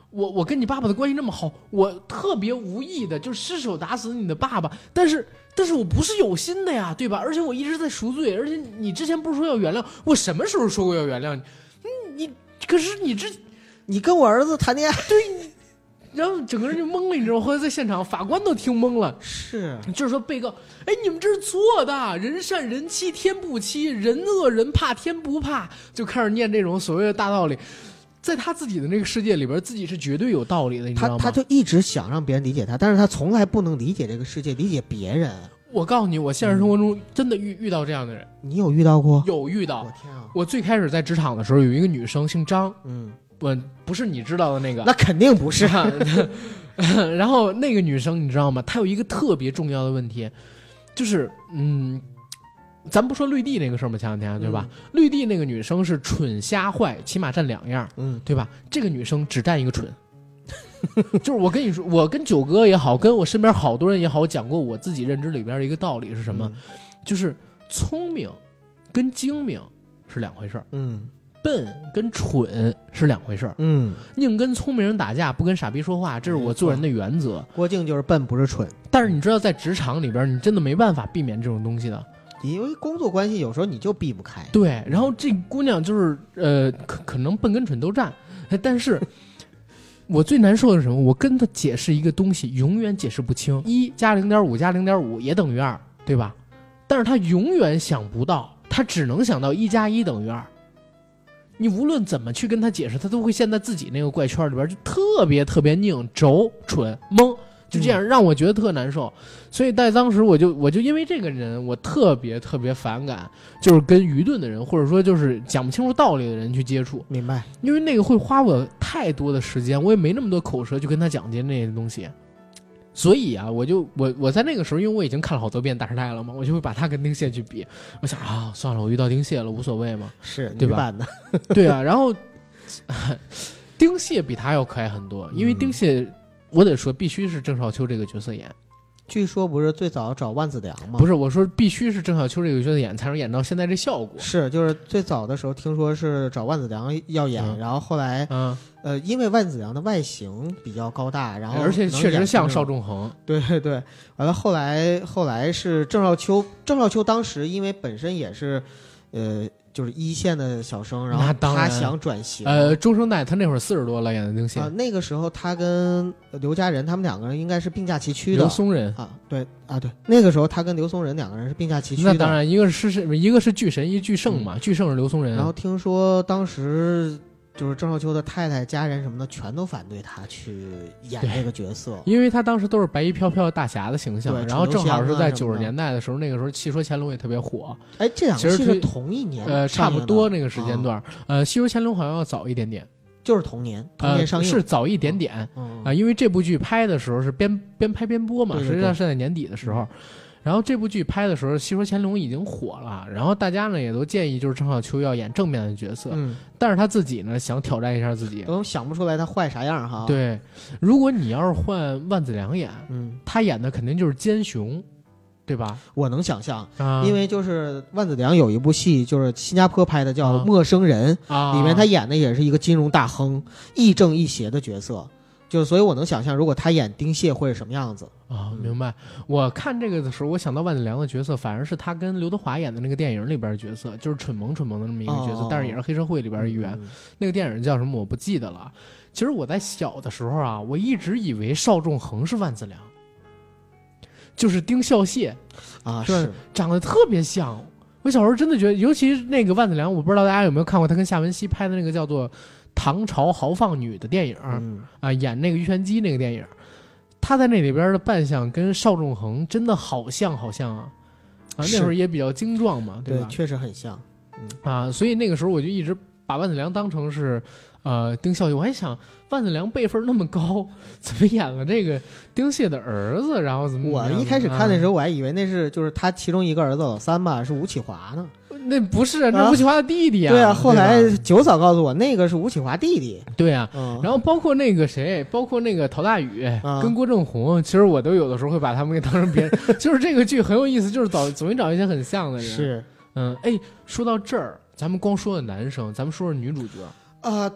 我跟你爸爸的关系那么好，我特别无意的就失手打死你的爸爸，但是我不是有心的呀，对吧？而且我一直在赎罪，而且你之前不是说要原谅我？什么时候说过要原谅你？可是你跟我儿子谈恋爱， 对，然后整个人就懵了，你知道吗？后来在现场，法官都听懵了， 是， 就是说被告，哎，你们这是错的，人善人欺天不欺，人恶人怕天不怕，就开始念这种所谓的大道理。在他自己的那个世界里边，自己是绝对有道理的，你知道吗？ 他就一直想让别人理解他，但是他从来不能理解这个世界，理解别人。 我告诉你，我现实生活中真的遇到这样的人。 你有遇到过？ 有遇到。 我天啊！ 我最开始在职场的时候，有一个女生姓张，不是你知道的那个， 那肯定不是。 然后那个女生你知道吗？她有一个特别重要的问题，就是咱不说绿地那个事儿吗？前两天对吧？绿地那个女生是蠢瞎坏，起码占两样，对吧？这个女生只占一个蠢。就是我跟你说，我跟九哥也好，跟我身边好多人也好，讲过我自己认知里边的一个道理是什么？就是聪明跟精明是两回事儿，笨跟蠢是两回事儿，宁跟聪明人打架，不跟傻逼说话，这是我做人的原则。 郭靖就是笨，不是蠢。 但是你知道，在职场里边，你真的没办法避免这种东西的。 因为工作关系有时候你就避不开。 对，然后这姑娘就是可能笨跟蠢都占，但是我最难受的是什么？我跟她解释一个东西，永远解释不清。1加0.5加0.5也等于2，对吧？但是她永远想不到，她只能想到1加1等于2。你无论怎么去跟她解释，她都会陷在自己那个怪圈里边，就特别特别拧、轴、蠢、懵。就这样让我觉得特难受，所以在当时我就因为这个人，我特别特别反感，就是跟愚钝的人，或者说就是讲不清楚道理的人去接触。 明白？ 因为那个会花我太多的时间，我也没那么多口舌去跟他讲解那些东西。所以啊，我在那个时候，因为我已经看了好多遍大时代了嘛，我就会把他跟丁蟹去比。我想啊，算了，我遇到丁蟹了，无所谓嘛， 是对吧？对啊，然后丁蟹比他要可爱很多，因为丁蟹。我得说，必须是郑少秋这个角色演。 据说不是最早找万梓良吗？ 不是，我说必须是郑少秋这个角色演，才能演到现在这效果。 是，就是最早的时候听说是找万梓良要演，然后后来，因为万梓良的外形比较高大，然后而且确实像邵仲衡。 对对对，完了后来是郑少秋当时因为本身也是，就是一线的小生，然后他想转型。 中生代他那会儿40多了，演的丁蟹。 那个时候他跟刘嘉仁他们两个人应该是并驾齐驱的。 刘松仁对，那个时候他跟刘松仁两个人是并驾齐驱的。 那当然，一个是巨神，一巨圣嘛，巨圣是刘松仁。 然后听说当时就是郑少秋的太太、家人什么的，全都反对他去演这个角色， 因为他当时都是白衣飘飘大侠的形象，然后正好是在90年代的时候，那个时候《戏说乾隆》也特别火。 哎，这两个戏是同一年， 差不多那个时间段。《戏说乾隆》好像要早一点点， 就是同年上映， 是早一点点因为这部剧拍的时候是边拍边播嘛，实际上是在年底的时候。然后这部剧拍的时候，《戏说乾隆》已经火了，然后大家呢也都建议就是郑少秋要演正面的角色，但是他自己呢想挑战一下自己， 都想不出来他坏啥样哈。 对，如果你要是换万梓良演，他演的肯定就是奸雄，对吧？ 我能想象，因为就是万梓良有一部戏，就是新加坡拍的叫《陌生人》，里面他演的也是一个金融大亨，亦正亦邪的角色。就所以我能想象，如果他演丁蟹会是什么样子明白。我看这个的时候，我想到万梓良的角色，反而是他跟刘德华演的那个电影里边的角色，就是蠢萌的这么一个角色，但是也是黑社会里边的一员。那个电影叫什么我不记得了。其实我在小的时候啊，我一直以为邵仲衡是万梓良，就是丁孝谢是长得特别像。我小时候真的觉得，尤其是那个万梓良，我不知道大家有没有看过他跟夏文熙拍的那个叫做唐朝豪放女的电影演那个玉泉姬那个电影，他在那里边的扮相跟邵仲衡真的好像啊，那会儿也比较精壮嘛，对吧？ 对，确实很像所以那个时候我就一直把万梓良当成是丁孝谢。我还想万梓良辈分那么高，怎么演了这个丁蟹的儿子？然后怎么？ 我一开始看的时候，我还以为那是就是他其中一个儿子老三吧，是吴启华呢。 那不是，那吴启华的弟弟啊。 对啊，后来九嫂告诉我，那个是吴启华弟弟。 对啊，然后包括那个谁，包括那个陶大宇跟郭正红，其实我都有的时候会把他们给当成别人。就是这个剧很有意思，就是总会找一些很像的人。 是， 说到这儿，咱们光说的男生，咱们说说女主角。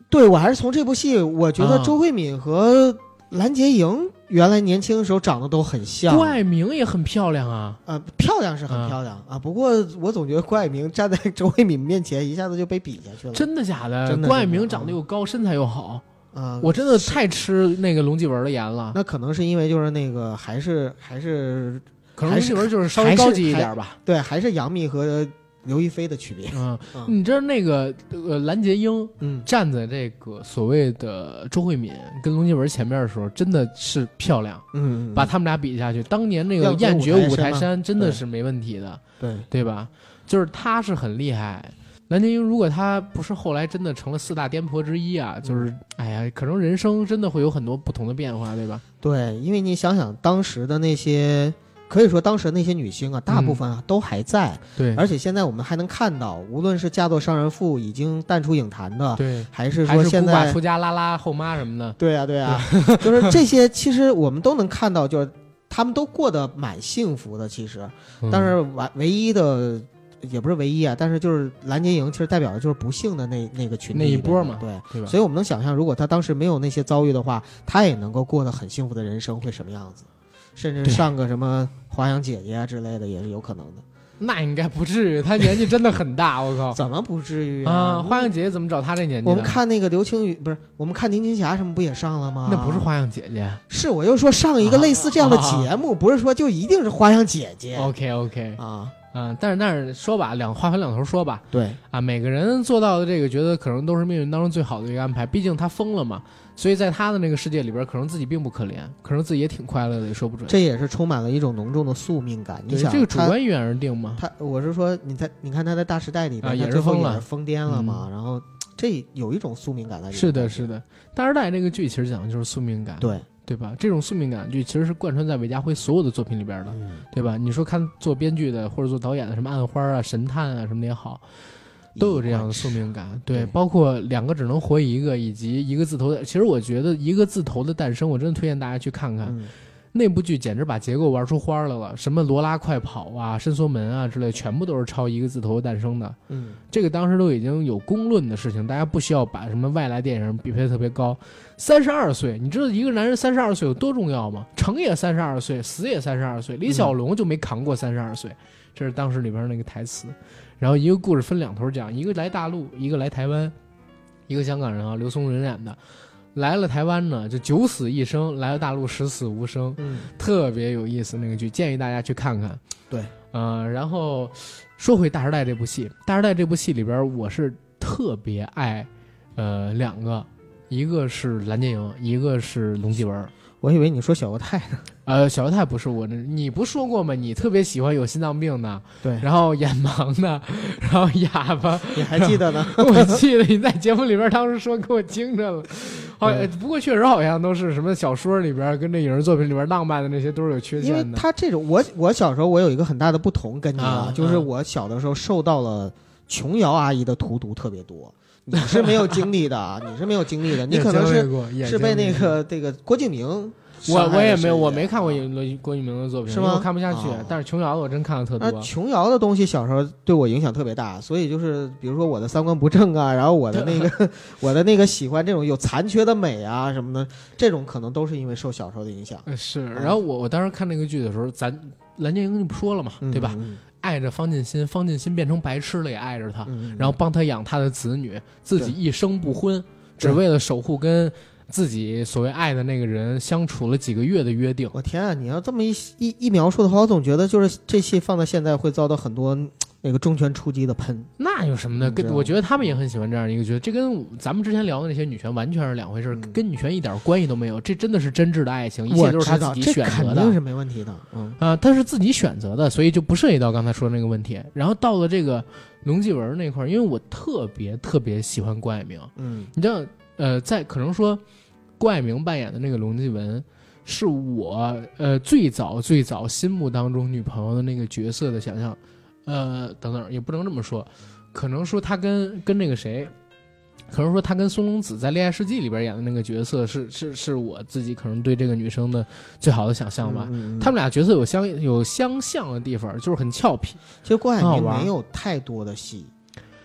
对，我还是从这部戏，我觉得周慧敏和蓝洁瑛原来年轻的时候长得都很像。 郭爱明也很漂亮啊， 漂亮是很漂亮啊，不过我总觉得郭爱明站在周慧敏面前一下子就被比下去了。 真的假的？ 真的郭爱明长得又高，身材又好。 我真的太吃那个龙继文的颜了。 那可能是因为就是那个还是可能龙继文就是稍微高级一点吧。 对，还是杨幂和刘亦菲的区别。 你知道那个蓝洁瑛站在这个所谓的周慧敏跟龙继文前面的时候，真的是漂亮。把他们俩比下去，当年那个艳绝五台山真的是没问题的。对吧？就是她是很厉害。蓝洁瑛如果她不是后来真的成了4大颠簸之一啊，就是哎呀，可能人生真的会有很多不同的变化，对吧？ 对，因为你想想当时的那些，可以说当时的那些女星啊，大部分都还在。 对， 而且现在我们还能看到，无论是嫁作商人妇已经淡出影坛的， 对， 还是说现在孤寡出家拉拉后妈什么的， 对啊，就是这些，其实我们都能看到，就是他们都过得蛮幸福的。其实，但是唯一的。也不是唯一啊，但是就是蓝洁瑛其实代表的就是不幸的那个群体那一波嘛， 对吧？ 所以我们能想象，如果她当时没有那些遭遇的话，她也能够过得很幸福的人生会什么样子，甚至上个什么花样姐姐啊之类的也是有可能的。 那应该不至于，她年纪真的很大，我靠！ 怎么不至于啊？ 花样姐姐怎么找她这年纪？ 我们看那个刘青雨，不是我们看林青霞什么不也上了吗？ 那不是花样姐姐， 是我又说上一个类似这样的节目，不是说就一定是花样姐姐。 OK 但是说吧，话分两头说吧。 对啊，每个人做到的这个，觉得可能都是命运当中最好的一个安排。毕竟他疯了嘛，所以在他的那个世界里边，可能自己并不可怜，可能自己也挺快乐的，也说不准。 这也是充满了一种浓重的宿命感。你想， 这个主观意愿而定嘛？ 我是说，你看他在《大时代》里边， 也是疯了， 也是疯癫了嘛。然后这有一种宿命感在里面。 是的，《大时代》这个剧其实讲的就是宿命感。对吧？这种宿命感剧其实是贯穿在韦家辉所有的作品里边的，对吧？你说看做编剧的或者做导演的，什么暗花啊、神探啊什么的也好，都有这样的宿命感。对，包括两个只能活一个，以及一个字头的。其实我觉得一个字头的诞生，我真的推荐大家去看看。那部剧简直把结构玩出花来了，什么罗拉快跑啊、伸缩门啊之类，全部都是抄一个字头诞生的。这个当时都已经有公论的事情，大家不需要把什么外来电影比配特别高。32岁，你知道一个男人32岁有多重要吗？成也32岁，死也32岁。李小龙就没扛过32岁，这是当时里边那个台词。然后一个故事分两头讲，一个来大陆，一个来台湾，一个香港人啊，刘松仁演的。来了台湾呢，就九死一生；来了大陆，十死无生。特别有意思那个剧，建议大家去看看。 对， 然后说回《大时代》这部戏，《大时代》这部戏里边，我是特别爱，两个，一个是蓝洁瑛，一个是龙继文。 我以为你说小犹太呢。 小犹太不是我，你不说过吗？你特别喜欢有心脏病的， 对， 然后眼盲的，然后哑巴， 你还记得呢？ 我记得你在节目里边当时说，给我惊着了。不过确实好像都是什么小说里边跟这影视作品里边浪漫的那些都是有缺陷的。 因为他这种，我小时候我有一个很大的不同跟你就是我小的时候受到了琼瑶阿姨的荼毒特别多。你是没有经历的，你可能是被那个这个郭敬明。 我也没有，我没看过郭敬明的作品， 是吗？ 我看不下去。但是琼瑶的我真看的特多。 琼瑶的东西小时候对我影响特别大，所以就是比如说我的三观不正啊，然后我的那个喜欢这种有残缺的美啊什么的，这种可能都是因为受小时候的影响。 是，然后我当时看那个剧的时候，咱蓝洁瑛就不说了嘛，对吧？爱着方进新，方进新变成白痴了也爱着他，然后帮他养他的子女，自己一生不婚，只为了守护跟自己所谓爱的那个人相处了几个月的约定。 我天啊，你要这么一描述的话，我总觉得就是这戏放到现在会遭到很多那个重拳出击的喷。 那有什么的？我觉得他们也很喜欢这样一个角色，这跟咱们之前聊的那些女权完全是两回事，跟女权一点关系都没有。这真的是真挚的爱情，一切都是他自己选择的， 肯定是没问题的。 他是自己选择的，所以就不涉及到刚才说的那个问题。然后到了这个龙继文那块，因为我特别喜欢郭爱明，你知道，在可能说郭爱明扮演的那个龙继文是我最早心目当中女朋友的那个角色的想象。等等，也不能这么说，可能说他跟那个谁，可能说他跟松隆子在《恋爱世纪》里边演的那个角色是我自己可能对这个女生的最好的想象吧。他们俩角色有相像的地方，就是很俏皮。 其实郭爱明没有太多的戏。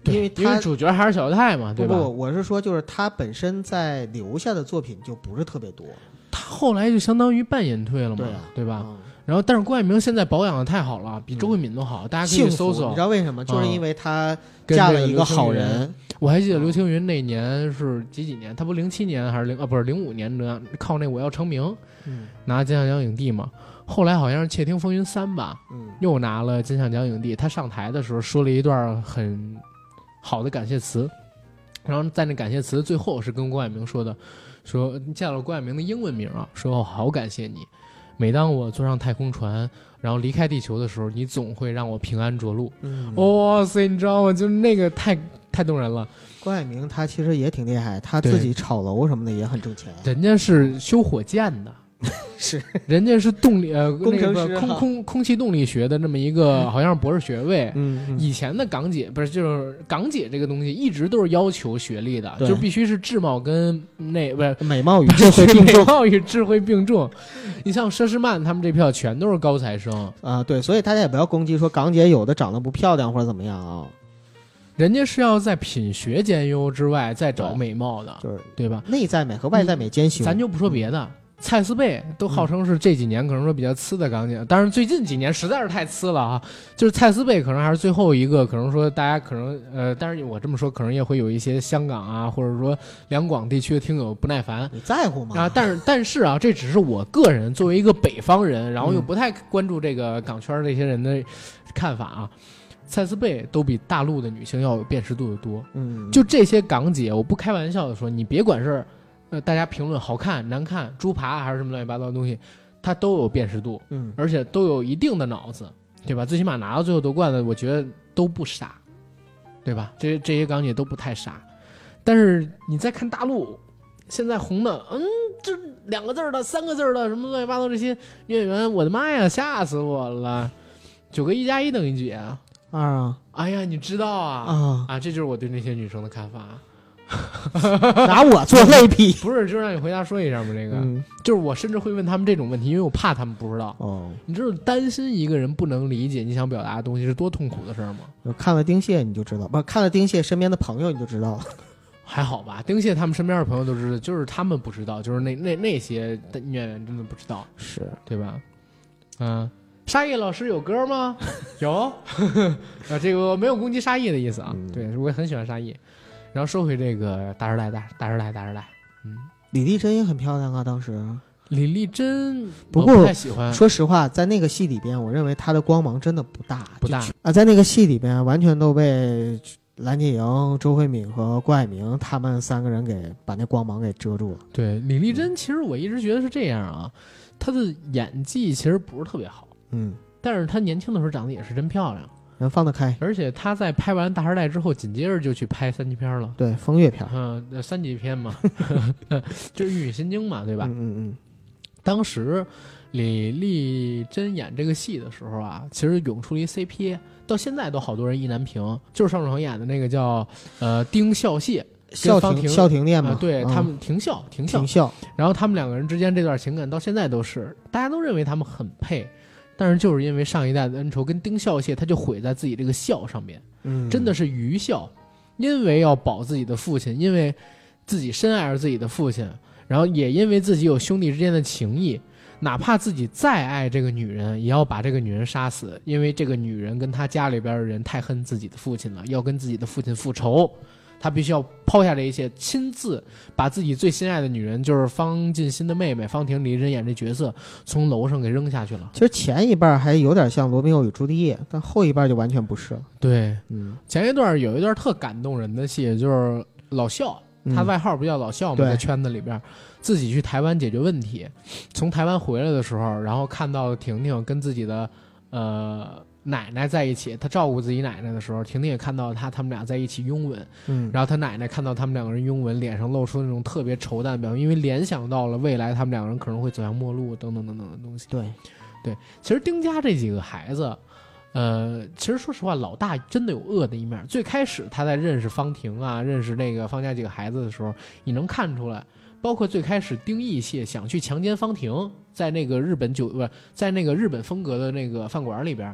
因为主角还是小太嘛，对吧？ 不，我是说，就是他本身在留下的作品就不是特别多， 他后来就相当于半隐退了嘛，对吧？然后，但是郭爱明现在保养的太好了，比周慧敏都好，大家可以搜搜。 你知道为什么？就是因为她嫁了一个好人。 我还记得刘青云那年是几年？他不07年还是不是05年的，靠那我要成名，拿金像奖影帝嘛。后来好像是《窃听风云3》吧，又拿了金像奖影帝。他上台的时候说了一段很好的感谢词，然后在那感谢词最后是跟郭爱明说的，说见了郭爱明的英文名啊，说好感谢你。每当我坐上太空船，然后离开地球的时候，你总会让我平安着陆。哇塞，你知道吗？就是那个太动人了。 郭爱明他其实也挺厉害，他自己炒楼什么的也很挣钱。 人家是修火箭的， 是人家是动力工程师、 那个空气动力学的那么一个好像是博士学位。以前的港姐不是就是港姐这个东西一直都是要求学历的，就必须是智貌跟不是美貌与智慧并重。 美貌与智慧并重。你像佘诗曼他们这票全都是高材生啊，对，所以大家也不要攻击说港姐有的长得不漂亮或者怎么样啊。 人家是要在品学兼优之外再找美貌的， 就是对吧？ 内在美和外在美兼修。 咱就不说别的，蔡思贝都号称是这几年可能说比较次的港姐，当然最近几年实在是太次了啊。就是蔡思贝可能还是最后一个，可能说大家可能但是我这么说可能也会有一些香港啊或者说两广地区的听友不耐烦。 你在乎吗？ 啊，但是啊，这只是我个人作为一个北方人，然后又不太关注这个港圈这些人的看法啊。蔡思贝都比大陆的女性要有辨识度的多。就这些港姐，我不开玩笑的说，你别管是大家评论好看难看猪扒还是什么乱七八糟的东西，它都有辨识度，而且都有一定的脑子，对吧？最起码拿到最后夺冠的，我觉得都不傻，对吧？这些港姐都不太傻。但是你再看大陆现在红的，这2个字的3个字的什么乱七八糟这些女演员，我的妈呀，吓死我了！9个1+1等于几啊？2啊！哎呀，你知道啊？这就是我对那些女生的看法。 拿我做类比？ 不是，就让你回答说一下嘛。这个，就是我甚至会问他们这种问题，因为我怕他们不知道。你知道担心一个人不能理解你想表达的东西是多痛苦的事吗？ 看了丁蟹你就知道，不看了丁蟹身边的朋友你就知道了。 还好吧，丁蟹他们身边的朋友都知道，就是他们不知道，就是那些女演员真的不知道， 是对吧？沙溢老师有歌吗？有。这个没有攻击沙溢的意思啊。对，我也很喜欢沙溢。然后说回这个大时代。 李丽珍也很漂亮啊，当时。 李丽珍不过不太喜欢。 说实话，在那个戏里边，我认为她的光芒真的不大啊， 在那个戏里边完全都被蓝洁瑛、周慧敏和郭爱明他们3个人给把那光芒给遮住了。 对，李丽珍其实我一直觉得是这样啊，她的演技其实不是特别好。但是她年轻的时候长得也是真漂亮， 人放得开。 而且她在拍完《大时代》之后，紧接着就去拍3级片了。 对，风月片。 3级片嘛，就是《玉女心经》嘛，对吧？当时李丽珍演这个戏的时候啊，其实涌出了一 CP， 到现在都好多人意难平，就是尚志恒演的那个叫丁孝谢。 孝廷恋嘛， 对他们停孝，然后他们2个人之间这段情感到现在都是大家都认为他们很配。但是就是因为上一代的恩仇，跟丁孝谢他就毁在自己这个孝上面，真的是愚孝，因为要保自己的父亲，因为自己深爱着自己的父亲，然后也因为自己有兄弟之间的情谊，哪怕自己再爱这个女人，也要把这个女人杀死，因为这个女人跟他家里边的人太恨自己的父亲了，要跟自己的父亲复仇。他必须要抛下这一切，亲自把自己最心爱的女人，就是方进新的妹妹方婷，李丽珍演这角色，从楼上给扔下去了。 其实前一半还有点像罗密欧与朱丽叶，但后一半就完全不是了。 对，前一段有一段特感动人的戏，就是老孝，他外号不叫老孝吗？在圈子里边，自己去台湾解决问题，从台湾回来的时候，然后看到婷婷跟自己的奶奶在一起，他照顾自己奶奶的时候，婷婷也看到他们俩在一起拥吻，然后他奶奶看到他们2个人拥吻，脸上露出那种特别愁淡的表情，因为联想到了未来他们2个人可能会走向末路等等等等的东西。对，其实丁家这几个孩子，其实说实话，老大真的有恶的一面。最开始他在认识方婷啊，认识那个方家几个孩子的时候，你能看出来，包括最开始丁义谢想去强奸方婷，在那个日本在那个日本风格的那个饭馆里边。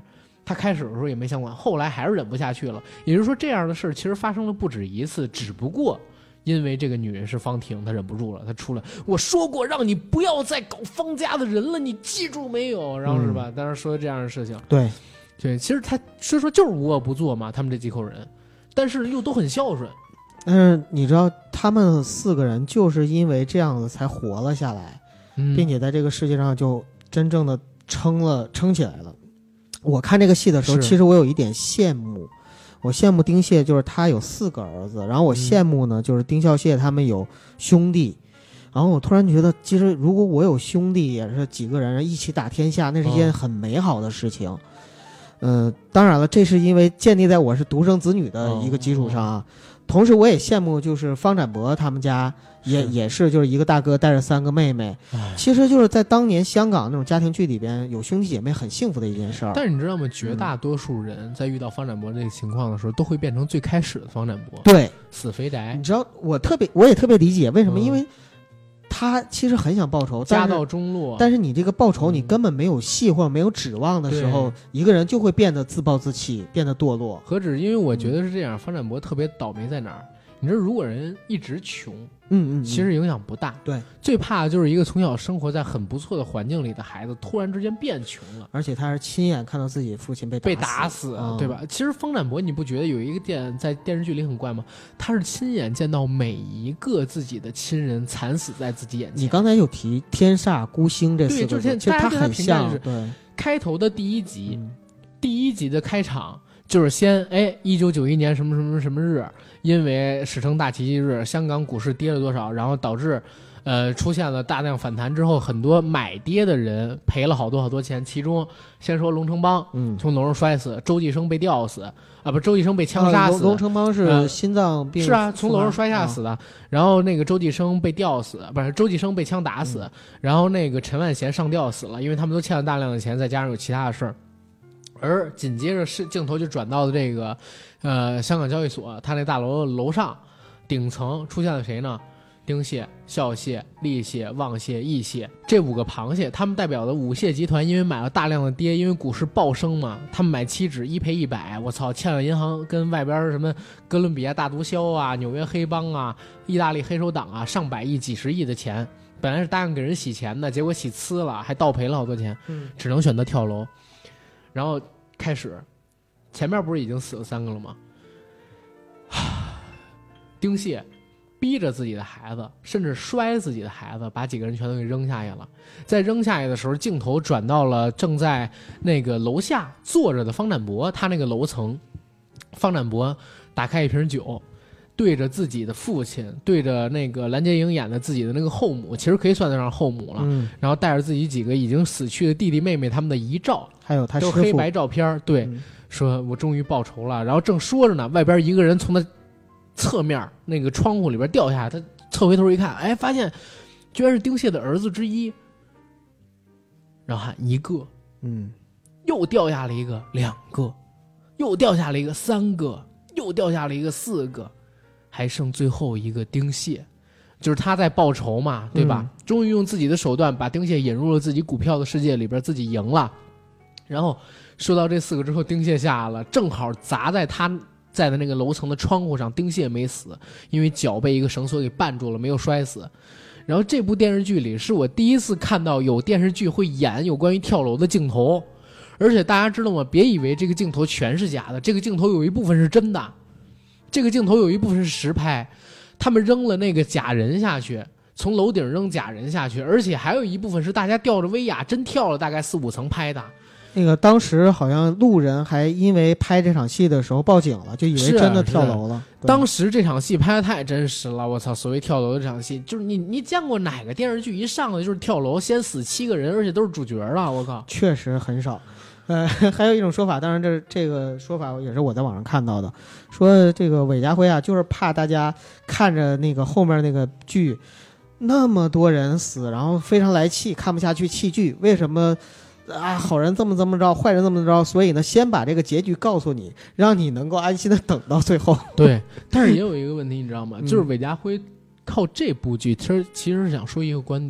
他开始的时候也没想管，后来还是忍不下去了。也就是说，这样的事其实发生了不止一次，只不过因为这个女人是方婷，她忍不住了，她出来，我说过让你不要再搞方家的人了，你记住没有？然后是吧？当时说这样的事情， 对， 其实他虽说就是无恶不作嘛，他们这几口人，但是又都很孝顺。 但是你知道，他们4个人就是因为这样子才活了下来，并且在这个世界上就真正的撑起来了。我看这个戏的时候，其实我有一点羡慕，我羡慕丁蟹，就是他有4个儿子，然后我羡慕呢，就是丁孝谢他们有兄弟，然后我突然觉得，其实如果我有兄弟，也是几个人一起打天下，那是一件很美好的事情。当然了，这是因为建立在我是独生子女的一个基础上啊。同时我也羡慕就是方展博他们家也是就是一个大哥带着3个妹妹，其实就是在当年香港那种家庭剧里边有兄弟姐妹很幸福的一件事儿。 但是你知道吗？绝大多数人在遇到方展博这个情况的时候，都会变成最开始的方展博， 对， 死肥宅。 你知道我也特别理解为什么，因为他其实很想报仇， 家道中落， 但是你这个报仇你根本没有戏或者没有指望的时候，一个人就会变得自暴自弃，变得堕落。 何止，因为我觉得是这样，方展博特别倒霉在哪儿？你知道，如果人一直穷，其实影响不大。 对， 最怕的就是一个从小生活在很不错的环境里的孩子，突然之间变穷了， 而且他是亲眼看到自己父亲被打死， 对吧？其实方展博，你不觉得有一个点在电视剧里很怪吗？他是亲眼见到每一个自己的亲人惨死在自己眼前。 你刚才有提“天煞孤星”这4个字， 对， 其实他很像。 对，开头的第一集，第1集的开场就是先1991年什么什么什么日，因为史称大奇迹日，香港股市跌了多少，然后导致出现了大量反弹之后，很多买跌的人赔了好多好多钱。其中先说龙城邦，从楼上摔死，周继生被吊死啊，不，周继生被枪杀死。 龙城邦是心脏病， 是啊，从楼上摔下死的。然后那个周继生被吊死，不是周继生被枪打死。然后那个陈万贤上吊死了，因为他们都欠了大量的钱，再加上有其他的事儿。而紧接着镜头就转到了这个香港交易所，他那大楼楼上顶层出现了谁呢？丁蟹、孝蟹、利蟹、旺蟹、义蟹这5个螃蟹，他们代表的5蟹集团，因为买了大量的跌，因为股市暴升嘛，他们买期指1赔100，我操，欠了银行跟外边什么哥伦比亚大毒枭啊、纽约黑帮啊、意大利黑手党啊，上百亿、几十亿的钱，本来是答应给人洗钱的，结果洗呲了，还倒赔了好多钱，只能选择跳楼。然后开始，前面不是已经死了3个了吗？丁蟹逼着自己的孩子，甚至摔自己的孩子，把几个人全都给扔下去了。在扔下去的时候，镜头转到了正在那个楼下坐着的方展博，他那个楼层，方展博打开一瓶酒，对着自己的父亲，对着那个蓝洁瑛演的自己的那个后母，其实可以算得上后母了。然后带着自己几个已经死去的弟弟妹妹他们的遗照， 还有他都黑白照片，对，说我终于报仇了。然后正说着呢，外边一个人从他侧面那个窗户里边掉下来，他侧回头一看，发现居然是丁蟹的儿子之一。然后喊1个，又掉下了一个，2个，又掉下了一个，3个，又掉下了一个，4个。还剩最后一个丁蟹，就是他在报仇嘛，对吧？终于用自己的手段把丁蟹引入了自己股票的世界里边，自己赢了。然后说到这4个之后，丁蟹下了，正好砸在他在的那个楼层的窗户上，丁蟹没死，因为脚被一个绳索给绊住了，没有摔死。然后这部电视剧里是我第一次看到有电视剧会演有关于跳楼的镜头，而且大家知道吗？别以为这个镜头全是假的，这个镜头有一部分是真的。这个镜头有一部分是实拍，他们扔了那个假人下去，从楼顶扔假人下去，而且还有一部分是大家吊着威亚真跳了大概4、5层拍的。 那个当时好像路人还因为拍这场戏的时候报警了，就以为真的跳楼了。 当时这场戏拍的太真实了，我操！所谓跳楼的这场戏，就是你见过哪个电视剧一上来就是跳楼，先死7个人，而且都是主角了？我靠， 确实很少。还有一种说法，当然这个说法也是我在网上看到的，说这个韦家辉啊，就是怕大家看着那个后面那个剧那么多人死，然后非常来气，看不下去弃剧，为什么啊好人这么着，坏人这么着，所以呢先把这个结局告诉你，让你能够安心的等到最后。 对，但是也有一个问题你知道吗？就是韦家辉靠这部剧其实是想说一个观点，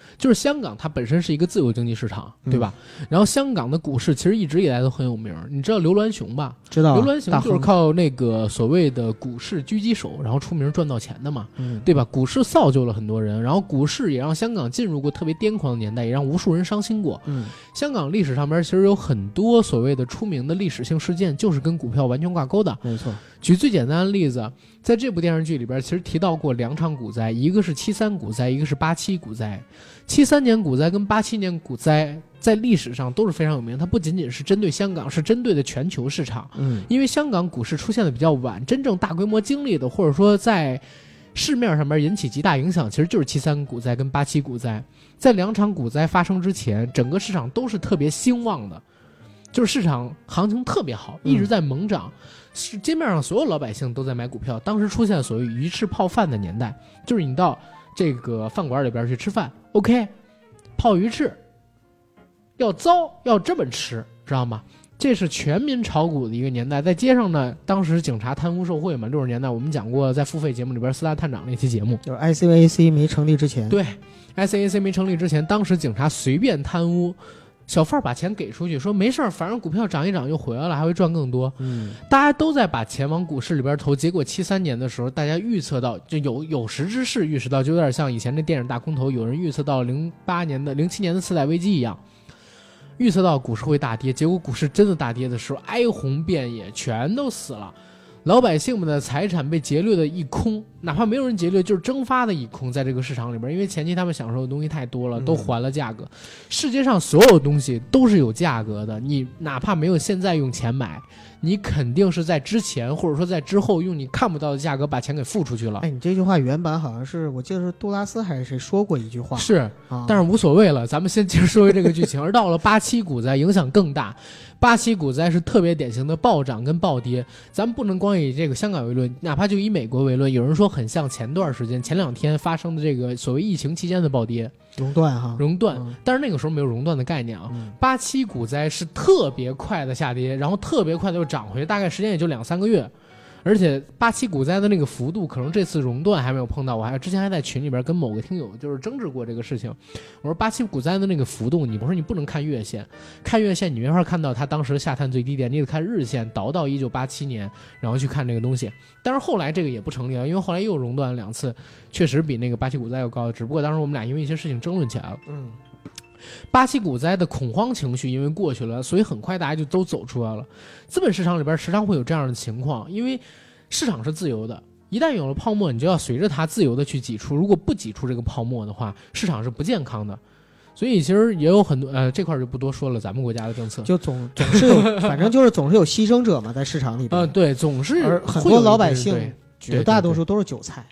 就是香港它本身是一个自由经济市场，对吧？然后香港的股市其实一直以来都很有名，你知道刘銮雄吧？ 知道。 刘銮雄就是靠那个所谓的股市狙击手，然后出名赚到钱的嘛，对吧？股市造就了很多人，然后股市也让香港进入过特别癫狂的年代，也让无数人伤心过。香港历史上边其实有很多所谓的出名的历史性事件，就是跟股票完全挂钩的。 没错。 举最简单的例子，在这部电视剧里边其实提到过2场股灾，一个是73股灾，一个是87股灾。73年股灾跟87年股灾在历史上都是非常有名，它不仅仅是针对香港，是针对的全球市场。因为香港股市出现的比较晚，真正大规模经历的或者说在市面上面引起极大影响，其实就是73股灾跟87股灾。在2场股灾发生之前，整个市场都是特别兴旺的，就是市场行情特别好，一直在猛涨。是街面上所有老百姓都在买股票，当时出现所谓鱼翅泡饭的年代，就是你到这个饭馆里边去吃饭 ，OK， 泡鱼翅要糟，要这么吃，知道吗？这是全民炒股的一个年代。在街上呢，当时警察贪污受贿嘛，60年代我们讲过，在付费节目里边4大探长那期节目， 就是 ICAC 没成立之前， 对 ，ICAC 没成立之前，当时警察随便贪污。小贩把钱给出去，说没事儿，反正股票涨一涨就回来了，还会赚更多。大家都在把钱往股市里边投，结果73年的时候，大家预测到就有识之士预示到，就有点像以前那电影大空头，有人预测到07年的次贷危机一样，预测到股市会大跌，结果股市真的大跌的时候，哀鸿遍野，全都死了。老百姓们的财产被劫掠的一空，哪怕没有人劫掠，就是蒸发的一空，在这个市场里边，因为前期他们享受的东西太多了，都还了价格。世界上所有东西都是有价格的，你哪怕没有现在用钱买，你肯定是在之前或者说在之后用你看不到的价格把钱给付出去了。 哎，你这句话原版好像是我记得是杜拉斯还是谁说过一句话， 是，但是无所谓了，咱们先接着说回这个剧情。而到了87股灾，影响更大。87股灾是特别典型的暴涨跟暴跌，咱们不能光以这个香港为论，哪怕就以美国为论，有人说很像前段时间前2天发生的这个所谓疫情期间的暴跌，熔断，但是那个时候没有熔断的概念啊。87股灾是特别快的下跌，然后特别快的又涨回，大概时间也就2-3个月。而且87股灾的那个幅度，可能这次熔断还没有碰到。我之前还在群里边跟某个听友就是争执过这个事情。我说87股灾的那个幅度，你不能看月线，看月线你没法看到它当时下探最低点，你得看日线倒到1987年，然后去看这个东西。但是后来这个也不成立了，因为后来又熔断了2次，确实比那个87股灾要高。只不过当时我们俩因为一些事情争论起来了。87股灾的恐慌情绪因为过去了，所以很快大家就都走出来了。资本市场里边时常会有这样的情况，因为市场是自由的，一旦有了泡沫，你就要随着它自由的去挤出，如果不挤出这个泡沫的话，市场是不健康的。所以其实也有很多这块就不多说了，咱们国家的政策就总是有反正就是总是有牺牲者嘛，在市场里边对，总是而很多老百姓绝大多数都是韭菜。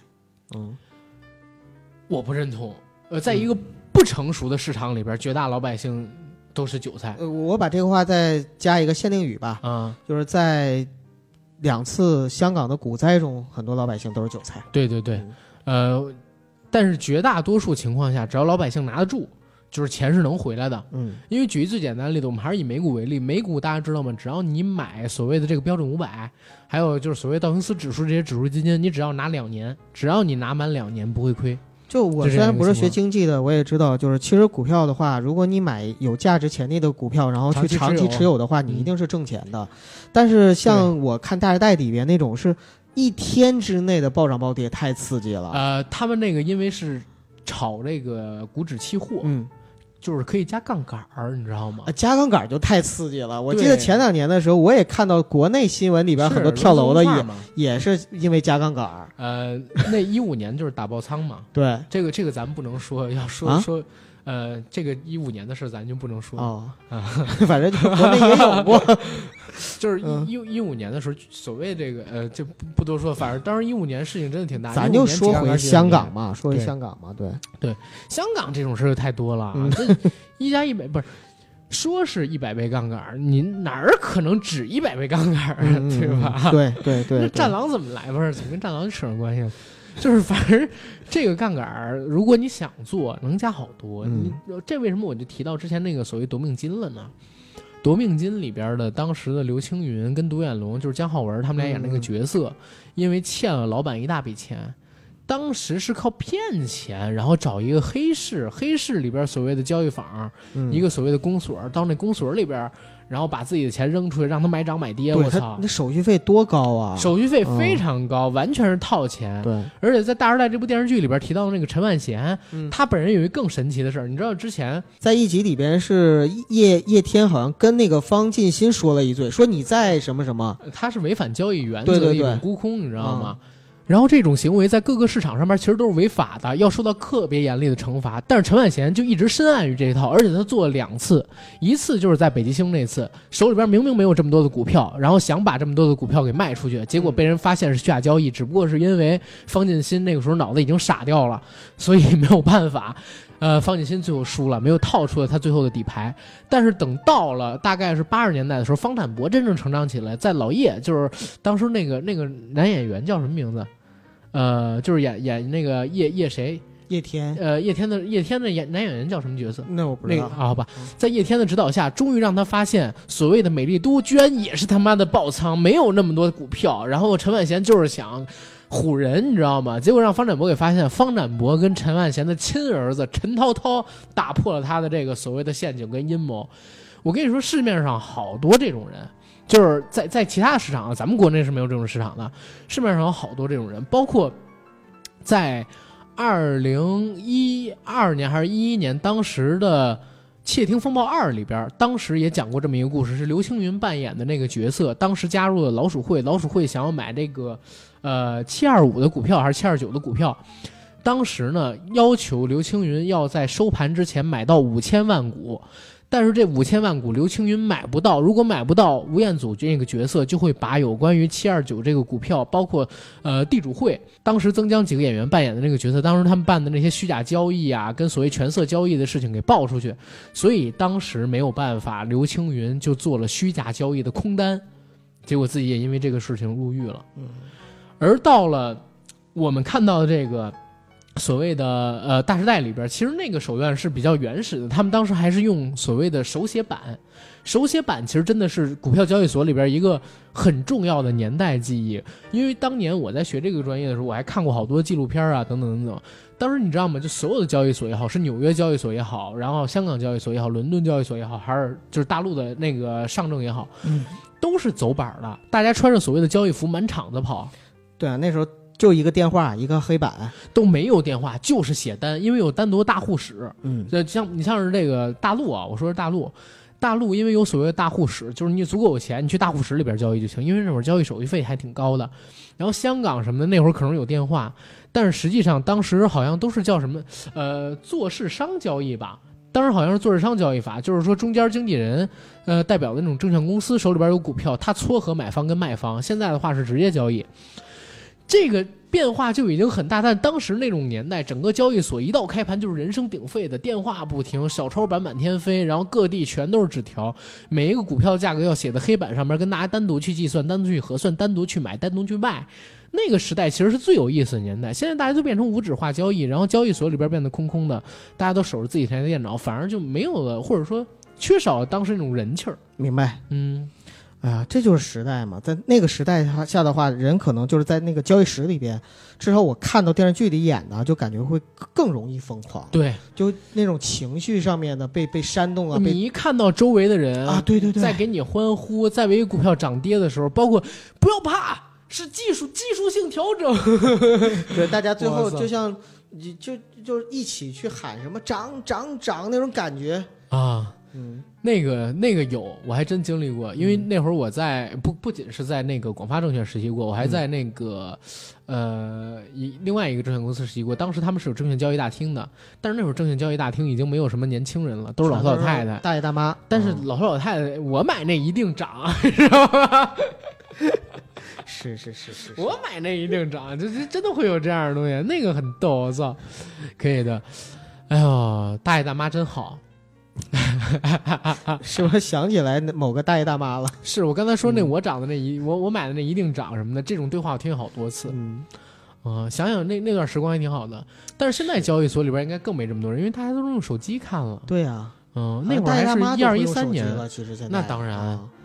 我不认同。在一个不成熟的市场里边，绝大老百姓都是韭菜。 我把这个话再加一个限定语吧，就是在2次香港的股灾中，很多老百姓都是韭菜。 对，但是绝大多数情况下，只要老百姓拿得住，就是钱是能回来的。因为举一最简单的例子，我们还是以美股为例，美股大家知道吗？只要你买所谓的这个标准500，还有就是所谓道琼斯指数这些指数基金，你只要拿2年，只要你拿满2年不会亏。 就我虽然不是学经济的，我也知道，就是其实股票的话，如果你买有价值潜力的股票，然后去长期持有的话，你一定是挣钱的。但是像我看大时代里边那种是1天之内的暴涨暴跌，太刺激了。 他们那个因为是炒这个股指期货，就是可以加杠杆儿，你知道吗？ 加杠杆就太刺激了。我记得前2年的时候，我也看到国内新闻里边很多跳楼的也是因为加杠杆儿。 那15年就是打爆仓嘛。 对，这个咱们不能说，要说这个15年的事咱就不能说反正国内也有过。 就是15年的时候，所谓这个就不多说，反正当时15年事情真的挺大。 咱就说回香港嘛，对， 香港这种事太多了。这1+100不是说是100倍杠杆，你哪儿可能只100倍杠杆对吧？ 对， 那战狼怎么来？不是怎么跟战狼扯上关系？就是反正这个杠杆，如果你想做，能加好多。这为什么我就提到之前那个所谓夺命金了呢？夺命金里边的当时的刘青云跟独眼龙，就是姜浩文他们俩演那个角色，因为欠了老板一大笔钱， 当时是靠骗钱，然后找一个黑市里边所谓的交易坊，一个所谓的公所，到那公所里边，然后把自己的钱扔出去，让他买涨买跌。我操， 那手续费多高啊！ 手续费非常高，完全是套钱。 对， 而且在《大时代》这部电视剧里边提到的那个陈万贤，他本人有一个更神奇的事儿，你知道之前在一集里边是叶天好像跟那个方进新说了一嘴，说你在什么什么， 他是违反交易原则的一种沽空， 对你知道吗？然后这种行为在各个市场上面其实都是违法的，要受到特别严厉的惩罚。但是陈万贤就一直深谙于这一套，而且他做了2次，一次就是在北极星那次，手里边明明没有这么多的股票，然后想把这么多的股票给卖出去，结果被人发现是虚假交易，只不过是因为方进新那个时候脑子已经傻掉了，所以没有办法。方进新最后输了，没有套出了他最后的底牌。但是等到了大概是80年代的时候，方展博真正成长起来，在老叶就是当时那个男演员叫什么名字？就是演那个叶谁？ 叶天。 叶天的男演员叫什么角色？ 那我不知道。 好吧，在叶天的指导下，终于让他发现所谓的美丽都居然也是他妈的爆仓，没有那么多股票。然后陈万贤就是想唬人，你知道吗？结果让方展博给发现，方展博跟陈万贤的亲儿子陈涛涛打破了他的这个所谓的陷阱跟阴谋。我跟你说，市面上好多这种人。就是在其他的市场，咱们国内是没有这种市场的。市面上有好多这种人，包括在2012年还是11年，当时的《窃听风暴2》里边，当时也讲过这么一个故事，是刘青云扮演的那个角色，当时加入了老鼠会，老鼠会想要买这个725的股票还是729的股票，当时呢要求刘青云要在收盘之前买到5000万股。但是这5000万股刘青云买不到，如果买不到，吴彦祖这个角色就会把有关于729这个股票，包括地主会当时曾江几个演员扮演的那个角色，当时他们办的那些虚假交易啊，跟所谓权色交易的事情给爆出去，所以当时没有办法，刘青云就做了虚假交易的空单，结果自己也因为这个事情入狱了。而到了我们看到的这个所谓的大时代里边，其实那个手段是比较原始的，他们当时还是用所谓的手写板。手写板其实真的是股票交易所里边一个很重要的年代记忆，因为当年我在学这个专业的时候，我还看过好多纪录片啊，等等等等。当时你知道吗？就所有的交易所也好，是纽约交易所也好，然后香港交易所也好，伦敦交易所也好，还是就是大陆的那个上证也好，都是走板的，大家穿着所谓的交易服满场子跑。 对啊，那时候就一个电话，一个黑板， 都没有电话，就是写单，因为有单独的大户室。像是这个大陆啊，我说是大陆，因为有所谓的大户室，就是你足够有钱，你去大户室里边交易就行，因为那会儿交易手续费还挺高的。然后香港什么的那会儿可能有电话，但是实际上当时好像都是叫什么做市商交易吧。当时好像是做市商交易法，就是说中间经纪人代表的那种证券公司手里边有股票，他撮合买方跟卖方，现在的话是直接交易。这个变化就已经很大，但当时那种年代，整个交易所一到开盘就是人声鼎沸的，电话不停，小钞板满天飞，然后各地全都是纸条，每一个股票价格要写在黑板上面，跟大家单独去计算，单独去核算，单独去买，单独去卖。那个时代其实是最有意思的年代，现在大家都变成无纸化交易，然后交易所里边变得空空的，大家都守着自己台电脑，反而就没有了，或者说缺少了当时那种人气儿。 明白？哎呀，这就是时代嘛，在那个时代下的话，人可能就是在那个交易室里边，至少我看到电视剧里演的，就感觉会更容易疯狂。 对， 就那种情绪上面的被煽动啊， 你一看到周围的人啊，对， 在给你欢呼，在为股票涨跌的时候，包括不要怕，是技术性调整。 对，大家最后就像就一起去喊什么涨那种感觉啊。 那个有，我还真经历过，因为那会儿我在不仅是在那个广发证券实习过，我还在那个另外一个证券公司实习过。当时他们是有证券交易大厅的，但是那会儿证券交易大厅已经没有什么年轻人了，都是老头老太太、 大爷大妈。 但是老头老太太，我买那一定涨，知道吧？ 是， 我买那一定涨，这真的会有这样的东西，那个很逗，我操，可以的。哎呦，大爷大妈真好。 是不是想起来某个大爷大妈了？ 是我刚才说那我涨的那我买的那一定涨什么的，这种对话我听好多次。想想那段时光还挺好的。但是现在交易所里边应该更没这么多人，因为大家都用手机看了。 对啊， 那会儿还是12、13年了，其实现在那当然。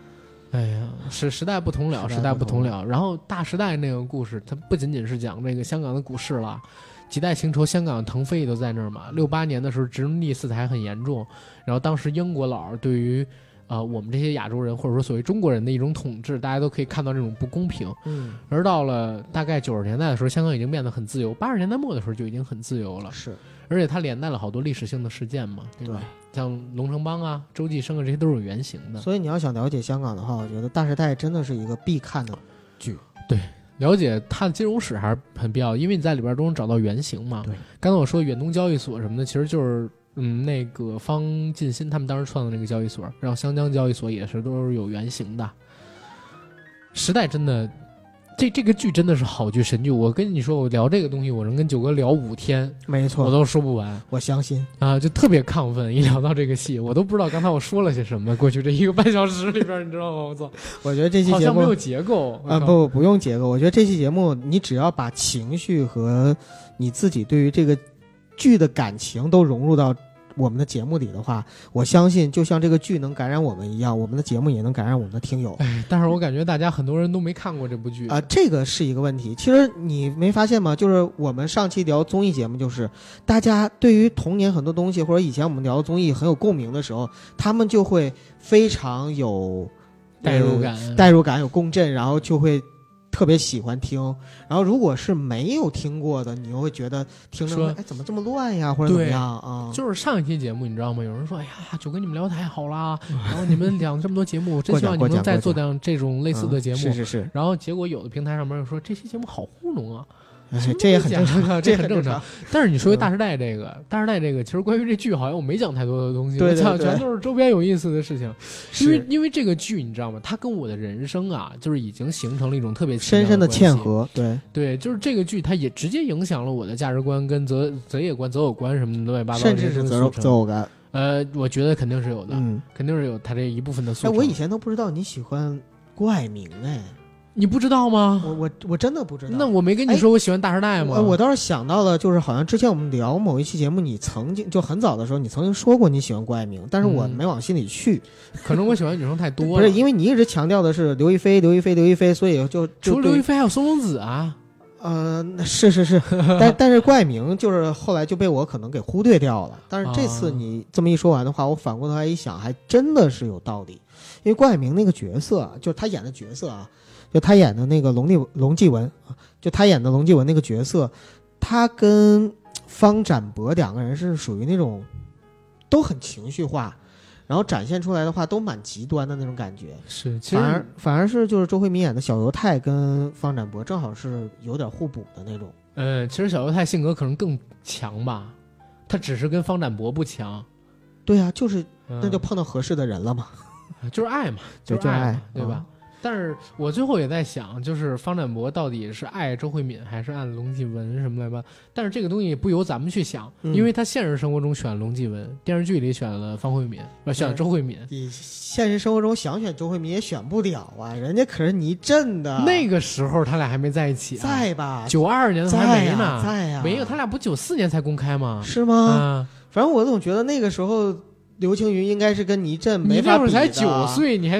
哎呀，是时代不同了，时代不同了。然后大时代那个故事，它不仅仅是讲这个香港的股市了，几代情仇，香港腾飞都在那儿嘛。68年的时候，殖民地色彩很严重，然后当时英国佬对于我们这些亚洲人或者说所谓中国人的一种统治，大家都可以看到这种不公平。而到了大概90年代的时候，香港已经变得很自由，80年代末的时候就已经很自由了。 是， 而且它连带了好多历史性的事件嘛，对吧？像龙城邦啊、周继生啊，这些都是有原型的。 所以你要想了解香港的话，我觉得《大时代》真的是一个必看的剧。 对，了解它的金融史还是很必要的，因为你在里边都能找到原型嘛。 对， 刚才我说远东交易所什么的，其实就是那个方进新他们当时创的那个交易所，然后香江交易所也是都是有原型的。时代真的。这个剧真的是好剧神剧，我跟你说，我聊这个东西，我能跟九哥聊5天， 没错， 我都说不完。 我相信啊，就特别亢奋，一聊到这个戏，我都不知道刚才我说了些什么。过去这1个半小时里边，你知道吗？我操， 我觉得这期节目好像没有结构啊，不用结构。我觉得这期节目，你只要把情绪和你自己对于这个剧的感情都融入到我们的节目里的话，我相信就像这个剧能感染我们一样，我们的节目也能感染我们的听友。 但是我感觉大家很多人都没看过这部剧啊，这个是一个问题。其实你没发现吗？就是我们上期聊综艺节目，就是大家对于童年很多东西，或者以前我们聊的综艺很有共鸣的时候，他们就会非常有代入感， 有共振，然后就会特别喜欢听。然后如果是没有听过的，你又会觉得听着哎怎么这么乱呀，或者怎么样啊？ 就是上一期节目你知道吗？有人说哎呀，就跟你们聊太好啦，然后你们讲这么多节目，我真希望你们再做点这种类似的节目。 是。 然后结果有的平台上面又说这期节目好糊弄啊。 这也很正常， 这很正常。但是你说大时代这个，其实关于这剧好像我没讲太多的东西， 对， 全都是周边有意思的事情。因为这个剧你知道吗？它跟我的人生啊，就是已经形成了一种特别深深的嵌合。 对，就是这个剧它也直接影响了我的价值观跟择业观、择偶观什么的乱七八糟， 甚至是择偶观。 我觉得肯定是有的，肯定是有它这一部分的素材。 我以前都不知道你喜欢郭蔼明哎。 你不知道吗？ 我真的不知道。 那我没跟你说我喜欢大时代吗？ 我倒是想到了，就是好像之前我们聊某一期节目，你曾经就很早的时候，你曾经说过你喜欢郭蔼明，但是我没往心里去。 可能我喜欢女生太多了。 不是，因为你一直强调的是刘亦菲，所以就除了刘亦菲还有松隆子啊。 是，但是郭蔼明就是后来就被我可能给忽略掉了。但是这次你这么一说完的话，我反过头来一想，还真的是有道理。因为郭蔼明那个角色，就是他演的角色啊。就他演的那个龙继文，就他演的龙继文那个角色，他跟方展博两个人是属于那种都很情绪化，然后展现出来的话都蛮极端的那种感觉。 是， 反而是就是周慧敏演的小犹太跟方展博正好是有点互补的那种。 其实小犹太性格可能更强吧，他只是跟方展博不强。 对啊，就是那就碰到合适的人了嘛， 就是爱嘛，就是爱嘛，对吧？但是我最后也在想，就是方展博到底是爱周慧敏还是爱龙继文什么来吧？但是这个东西不由咱们去想，因为他现实生活中选了龙继文，电视剧里选了方慧敏，选了周慧敏。 你现实生活中想选周慧敏也选不了啊，人家可是倪震的。 那个时候他俩还没在一起、 在吧 ？92年还没呢， 在呀， 没有，他俩不94年才公开吗？ 是吗？反正我总觉得那个时候刘青云应该是跟倪震没法比的。 你那会儿才9岁，你还。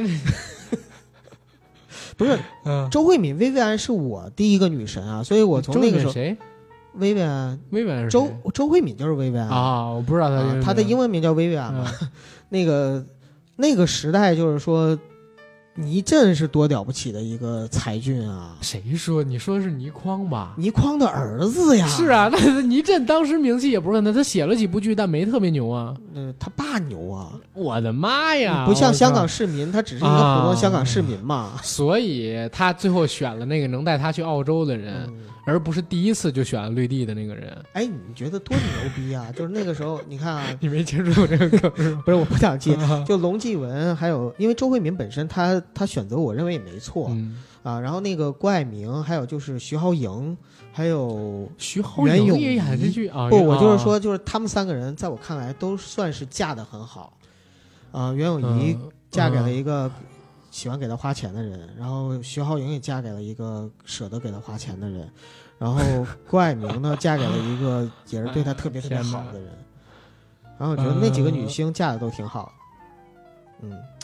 不是，周慧敏薇薇安是我第一个女神啊，所以我从那个时候谁？ 薇薇安是周慧敏就是薇薇安啊，我不知道她的英文名叫薇薇安嘛。那个时代就是说，倪震是多了不起的一个才俊啊！ 谁说？你说的是倪匡吧？ 倪匡的儿子呀！ 是啊，那倪震当时名气也不是很大，他写了几部剧，但没特别牛啊。 他爸牛啊！ 我的妈呀！ 不像香港市民，他只是一个普通香港市民嘛。 所以他最后选了那个能带他去澳洲的人，而不是第一次就选了绿地的那个人。 哎，你觉得多牛逼啊！就是那个时候，你看啊， 你没接触这个梗是吧？ 不是，我不想接。就龙继文，还有因为周慧敏本身他选择我认为也没错，然后那个郭蔼明，还有就是徐濠萦，还有徐濠萦也演这剧啊。 不，我就是说，就是他们3个人在我看来都算是嫁得很好。袁咏仪嫁给了一个喜欢给她花钱的人，然后徐濠萦也嫁给了一个舍得给她花钱的人，然后郭蔼明呢嫁给了一个也是对她特别特别好的人。然后我觉得那几个女星嫁的都挺好。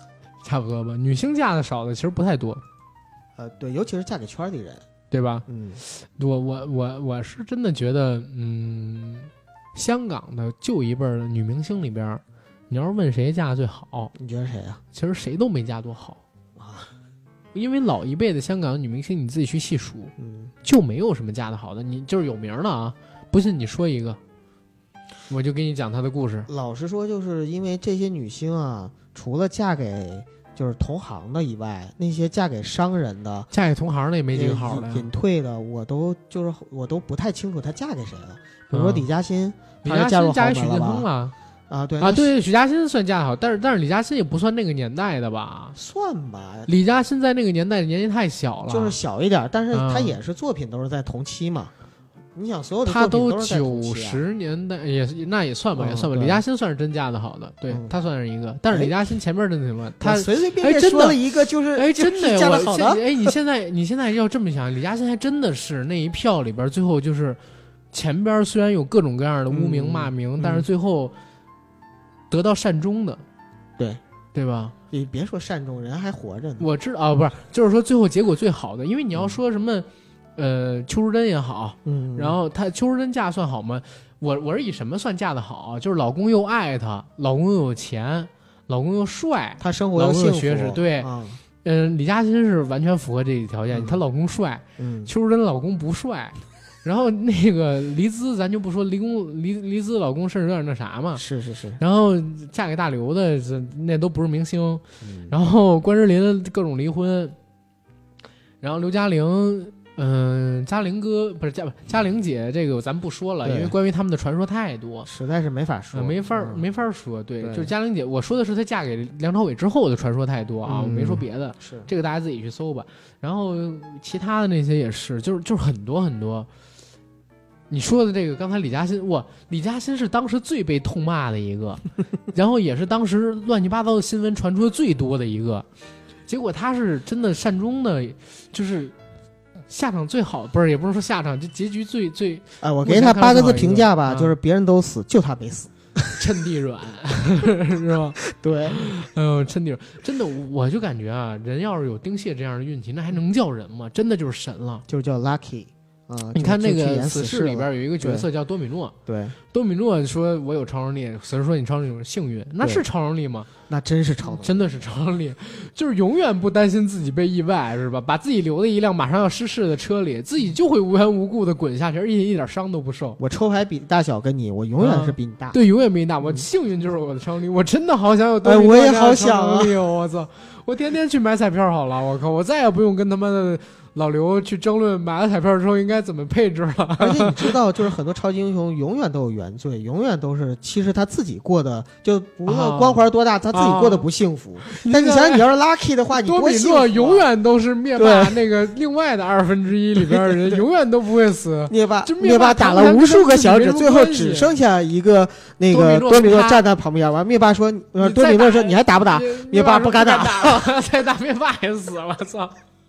差不多吧。女星嫁的少的其实不太多， 对，尤其是嫁给圈里人， 对吧？ 我是真的觉得，香港的旧一辈的女明星里边，你要是问谁嫁的最好， 你觉得谁啊？ 其实谁都没嫁多好啊，因为老一辈的香港女明星，你自己去细数，就没有什么嫁的好的。你就是有名的啊，不信你说一个，我就给你讲她的故事。 老实说，就是因为这些女星啊，除了嫁给就是同行的以外，那些嫁给商人的， 嫁给同行的也没几个好的呀。 隐退的，我都不太清楚她嫁给谁了。比如说李嘉欣，她嫁给许晋亨了。对，许嘉欣算嫁的好，但是李嘉欣也不算那个年代的吧？ 算吧。 李嘉欣在那个年代年纪太小了， 就是小一点，但是她也是作品都是在同期嘛。你想所有的他都是在90年代，那也算吧，也算吧。李嘉欣算是真嫁的好的，对，他算是一个。但是李嘉欣前面真的挺乱，他随随便便说了一个就是真的嫁的好的。 你现在要这么想，李嘉欣还真的是那一票里边最后就是前边虽然有各种各样的污名骂名，但是最后得到善终的，对吧？ 你别说善终，人还活着呢。 我知道啊，不是，就是说最后结果最好的，因为你要说什么。邱淑贞也好，然后邱淑贞嫁算好吗？我是以什么算嫁的好？就是老公又爱她，老公又有钱，老公又帅， 她生活老公又学识，对，李嘉欣是完全符合这一条件，她老公帅，邱淑贞老公不帅，然后那个黎姿咱就不说，黎姿老公甚至有点那啥嘛， 是， 然后嫁给大刘的那都不是明星，然后关之琳各种离婚，然后刘嘉玲。嘉玲哥不是嘉玲姐，这个咱不说了，因为关于他们的传说太多， 实在是没法说， 没法说。对，就是嘉玲姐，我说的是她嫁给梁朝伟之后的传说太多啊，我没说别的， 是这个大家自己去搜吧。然后其他的那些也是，就是很多很多。你说的这个，刚才李嘉欣是当时最被痛骂的一个，然后也是当时乱七八糟的新闻传出的最多的一个，结果她是真的善终的，就是。下场最好不是，也不是说下场，就结局最我给他8个字评价吧，就是别人都死，就他没死， 趁地软，是吧？ 对， 趁地软，真的，我就感觉啊，人要是有丁蟹这样的运气，那还能叫人吗？真的就是神了， 就是叫 lucky 啊。 你看那个死侍里边有一个角色叫多米诺， 对， 多米诺说我有超能力，死侍说你超能力有幸运，那是超能力吗？ 那真是超能力， 真的是超能力，就是永远不担心自己被意外，是吧？把自己留在一辆马上要失事的车里，自己就会无缘无故的滚下去，而且一点伤都不受。 我抽牌比大小跟你，我永远是比你大。 对，永远比你大。我幸运就是我的超能力，我真的好想有多米诺这样的超能力，我操！我天天去买彩票好了，我靠，我再也不用跟他妈的老刘去争论买了彩票之后应该怎么配置了。 而且你知道，就是很多超级英雄永远都有原罪，永远都是其实他自己过的，就无论光环多大，他自己过得不幸福。但你想想，你要是 lucky 的话，你多幸福。 多米诺永远都是灭霸那个另外的1/2里边的人，永远都不会死。灭霸打了无数个小指，最后只剩下一个那个多米诺站在旁边。完，灭霸说：“多米诺说你还打不打？”灭霸不敢打， 再打灭霸也死了，操！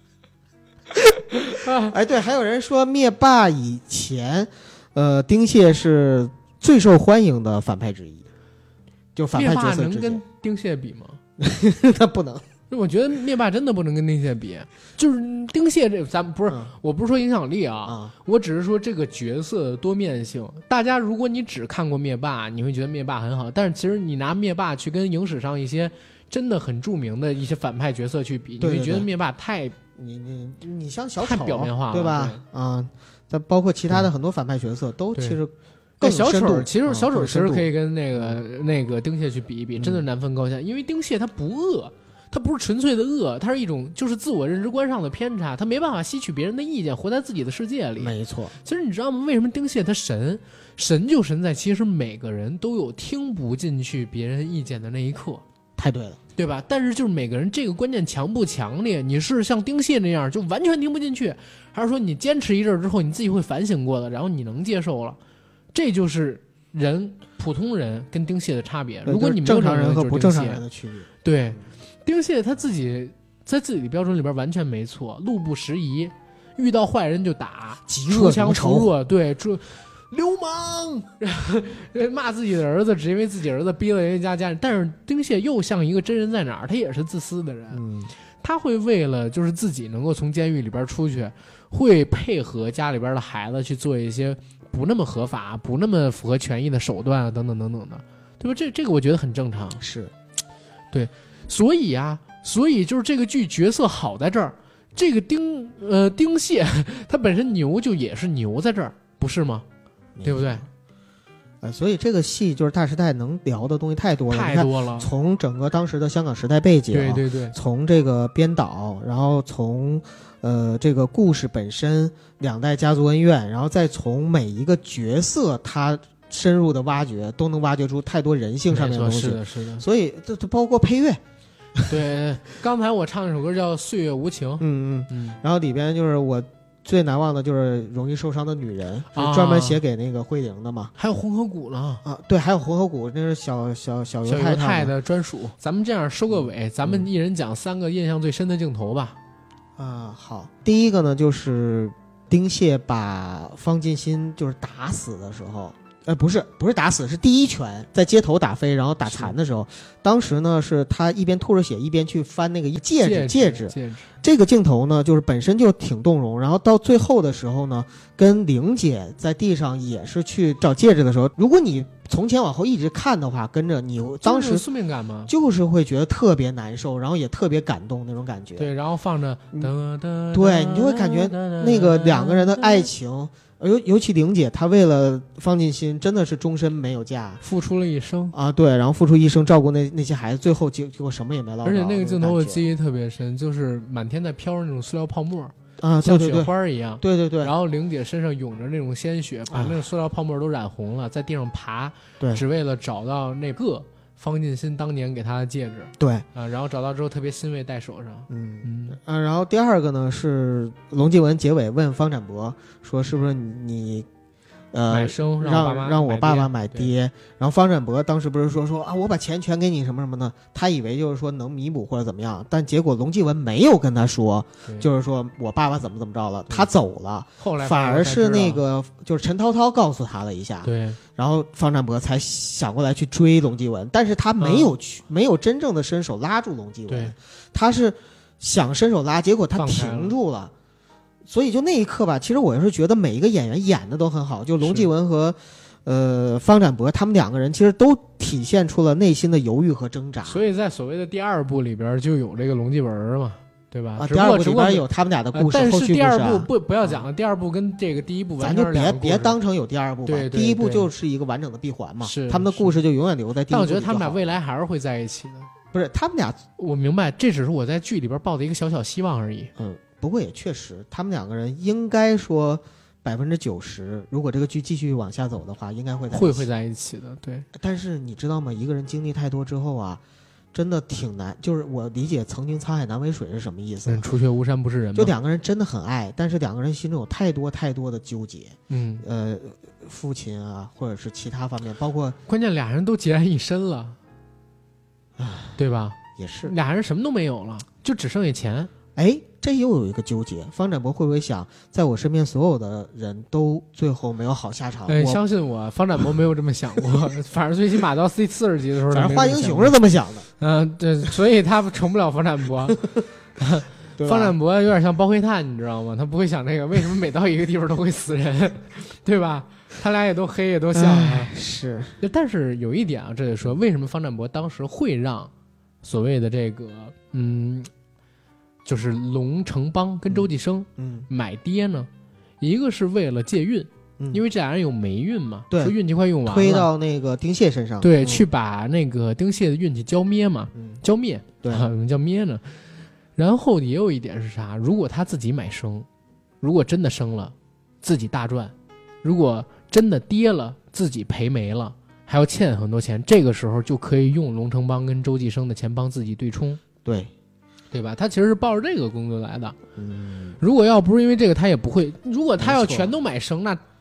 哎，对，还有人说灭霸以前，丁蟹是最受欢迎的反派之一，就反派角色之间。 灭霸能跟丁蟹比吗？ 他不能。 我觉得灭霸真的不能跟丁蟹比，就是丁蟹这咱不是，我不是说影响力啊，我只是说这个角色的多面性。大家如果你只看过灭霸，你会觉得灭霸很好，但是其实你拿灭霸去跟影史上一些真的很著名的一些反派角色去比，你会觉得灭霸太。 你像小丑太表面化了， 对吧？但包括其他的很多反派角色都其实更小丑，其实小丑其实可以跟那个丁蟹去比一比，真的难分高下。因为丁蟹他不恶，他不是纯粹的恶，他是一种就是自我认知观上的偏差，他没办法吸取别人的意见，活在自己的世界里。 没错。 其实你知道吗？为什么丁蟹他神就神在，其实每个人都有听不进去别人意见的那一刻。 太对了。 对吧？但是就是每个人这个观念强不强烈，你是像丁蟹那样就完全听不进去，还是说你坚持一阵之后你自己会反省过的，然后你能接受了？这就是普通人跟丁蟹的差别。如果你没有正常人和不正常人的区别。 对，丁蟹他自己在自己的标准里边完全没错，路不拾遗，遇到坏人就打，出强扶弱。对， 流氓， 骂自己的儿子，只因为自己儿子逼了人家家人。但是丁蟹又像一个真人在哪儿，他也是自私的人，他会为了就是自己能够从监狱里边出去，会配合家里边的孩子去做一些不那么合法、不那么符合权益的手段啊，等等等等的，对吧？这个我觉得很正常， 是， 对，所以就是这个剧角色好在这儿，这个丁蟹他本身牛就也是牛在这儿，不是吗？对不对？ 所以这个戏就是《大时代》能聊的东西太多了， 太多了。 从整个当时的香港时代背景， 对对对， 从这个编导，然后从这个故事本身，两代家族恩怨，然后再从每一个角色他深入的挖掘，都能挖掘出太多人性上面的东西。 是的，是的。 所以这包括配乐。 对，刚才我唱那首歌叫《岁月无情》， 然后里边就是我最难忘的就是容易受伤的女人，是专门写给那个慧玲的嘛。 还有红河谷呢啊，对，还有红河谷，那是小犹太的专属。咱们这样收个尾，咱们一人讲3个印象最深的镜头吧。 好，第一个呢就是丁蟹把方进新就是打死的时候。不是打死，是第一拳在街头打飞，然后打残的时候，当时呢是他一边吐着血一边去翻那个戒指，这个镜头呢就是本身就挺动容，然后到最后的时候呢，跟玲姐在地上也是去找戒指的时候，如果你从前往后一直看的话，跟着你当时宿命感吗？ 就是会觉得特别难受，然后也特别感动那种感觉。 对，然后放着， 对，你就会感觉那个两个人的爱情。尤其玲姐，她为了方进新真的是终身没有嫁， 付出了一生啊，对，然后付出一生照顾那些孩子，最后结果什么也没捞到。 而且那个镜头我记忆特别深，就是满天在飘着那种塑料泡沫啊， 像雪花一样， 对， 然后玲姐身上涌着那种鲜血，把那种塑料泡沫都染红了，在地上爬， 对， 只为了找到那个方进新当年给他的戒指， 对啊，然后找到之后特别欣慰，戴手上。 然后第二个呢是龙继文结尾问方展博说是不是你买生让我爸爸买爹，然后方展博当时不是说啊我把钱全给你什么什么的，他以为就是说能弥补或者怎么样，但结果龙继文没有跟他说，就是说我爸爸怎么着了，他走了， 后来反而是那个就是陈涛涛告诉他了一下， 对， 然后方展博才想过来去追龙继文，但是他没有真正的伸手拉住龙继文，他是想伸手拉，结果他停住了。所以就那一刻吧，其实我是觉得每一个演员演的都很好，就龙继文和方展博他们两个人其实都体现出了内心的犹豫和挣扎。 所以在所谓的第2部里边就有这个龙继文嘛，对吧？ 第2部里边有他们俩的故事， 但是第2部不要讲了，第2部跟这个第1部完全是两个故事， 咱就别当成有第2部吧。 对， 第1部就是一个完整的闭环嘛，他们的故事就永远留在第1部。 但我觉得他们俩未来还是会在一起的。 不是他们俩， 我明白，这只是我在剧里边抱的一个小小希望而已。 不过也确实，他们两个人应该说90%，如果这个剧继续往下走的话，应该会在一起的。对， 但是你知道吗？一个人经历太多之后啊，真的挺难。就是我理解曾经沧海难为水是什么意思？ 除却巫山不是人。 就两个人真的很爱，但是两个人心中有太多的纠结。父亲啊，或者是其他方面，包括关键俩人都孑然一身了，对吧？ 也是， 俩人什么都没有了，就只剩下钱。 这又有一个纠结，方展博会不会想，在我身边所有的人都最后没有好下场？ 相信我，方展博没有这么想过。反正最起码到40集的时候， 反正花英雄是这么想的。对，所以他成不了方展博。方展博有点像包黑炭，你知道吗？他不会想这个，为什么每到一个地方都会死人，对吧？他俩也都黑，也都像啊。 是， 但是有一点啊，这得说，为什么方展博当时会让所谓的这个就是龙城邦跟周继生买爹呢？一个是为了借运，因为这俩人有霉运嘛， 对， 说运气快用完了， 推到那个丁蟹身上， 对，去把那个丁蟹的运气浇灭嘛，浇灭， 对， 怎么叫灭呢？然后也有一点是啥？如果他自己买生，如果真的生了，自己大赚；如果真的跌了，自己赔没了，还要欠很多钱。这个时候就可以用龙城邦跟周继生的钱帮自己对冲，对吧？他其实是抱着这个工作来的。如果要不是因为这个，他也不会。如果他要全都买生，那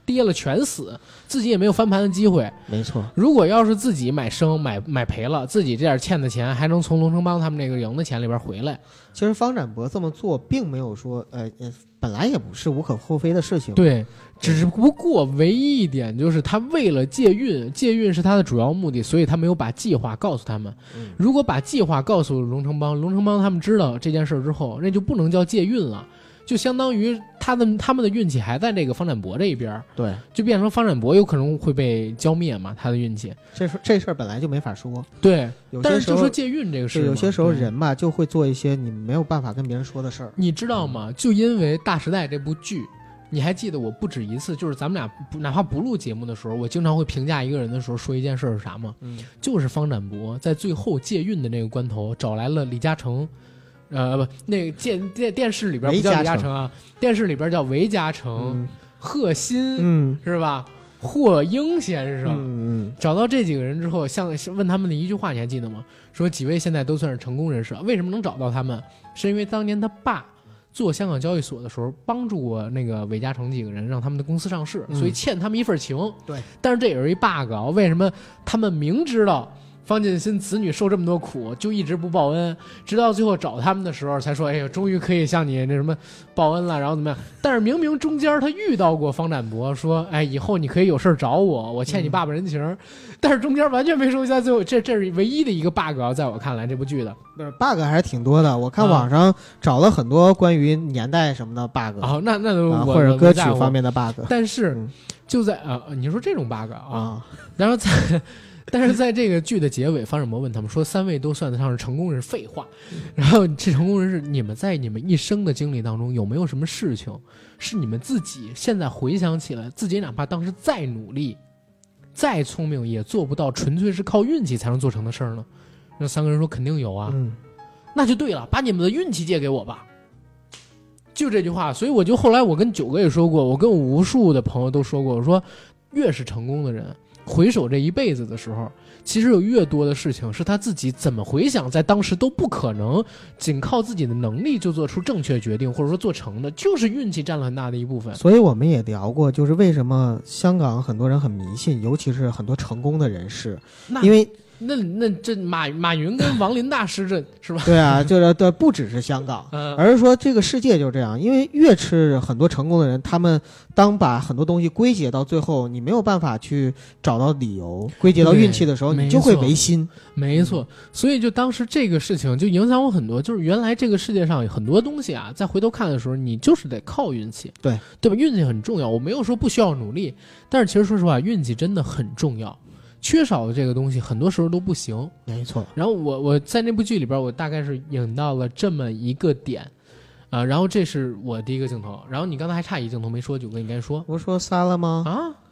跌了全死，自己也没有翻盘的机会。 没错。 如果要是自己买生买赔了，自己这点欠的钱还能从龙城邦他们那个赢的钱里边回来。 其实方展博这么做，并没有说本来也不是无可厚非的事情。 对，只不过唯一一点就是他为了借运是他的主要目的，所以他没有把计划告诉他们。如果把计划告诉龙城邦他们知道这件事之后，那就不能叫借运了，就相当于他们的运气还在这个方展博这一边。对，就变成方展博有可能会被浇灭嘛，他的运气。 这事儿本来就没法说。 对，但是就说借运这个事， 有些时候人嘛就会做一些你没有办法跟别人说的事儿。 你知道吗？就因为《大时代》这部剧。你还记得我不止一次，就是咱们俩哪怕不录节目的时候，我经常会评价一个人的时候说一件事是啥吗？就是方展博在最后借运的那个关头找来了李嘉诚，那个电视里边不叫李嘉诚啊，电视里边叫韦嘉诚、贺新，是吧？霍英先生，找到这几个人之后，像问他们的一句话，你还记得吗？说几位现在都算是成功人士，为什么能找到他们？是因为当年他爸做香港交易所的时候，帮助过那个韦嘉诚几个人，让他们的公司上市，所以欠他们一份情。 对， 但是这也是一 bug 啊！为什么他们明知道方进新子女受这么多苦，就一直不报恩，直到最后找他们的时候才说：“哎呀，终于可以向你那什么报恩了。”然后怎么样？但是明明中间他遇到过方展博，说：“哎，以后你可以有事找我，我欠你爸爸人情。但是中间完全没说下，最后这是唯一的一个 bug 啊！在我看来，这部剧的。 不是 bug 还是挺多的，我看网上找了很多关于年代什么的 bug 那或者歌曲方面的 bug， 但是就在你说这种 bug 啊，然后但是在这个剧的结尾，方展博问他们说：“3位都算得上是成功人士。”废话。然后这成功人士，你们在你们一生的经历当中，有没有什么事情是你们自己现在回想起来，自己哪怕当时再努力、再聪明，也做不到，纯粹是靠运气才能做成的事儿呢？那3个人说肯定有啊，那就对了，把你们的运气借给我吧，就这句话。所以我就后来我跟9哥也说过，我跟无数的朋友都说过，我说越是成功的人，回首这一辈子的时候，其实有越多的事情是他自己怎么回想，在当时都不可能仅靠自己的能力就做出正确决定，或者说做成的，就是运气占了很大的一部分。 所以我们也聊过，就是为什么香港很多人很迷信，尤其是很多成功的人士，因为那这马云跟王林大师这是吧？ 对啊，就是对，不只是香港，而是说这个世界就是这样。因为越是很多成功的人，他们当把很多东西归结到最后，你没有办法去找到理由，归结到运气的时候，你就会违心。 没错，所以就当时这个事情就影响我很多，就是原来这个世界上有很多东西啊，在回头看的时候，你就是得靠运气，对吧？运气很重要，我没有说不需要努力，但是其实说实话，运气真的很重要。缺少的这个东西很多时候都不行， 没错。 然后我在那部剧里边，我大概是引到了这么一个点，然后这是我第一个镜头。然后你刚才还差一镜头没说，9哥你该说， 我说仨了吗？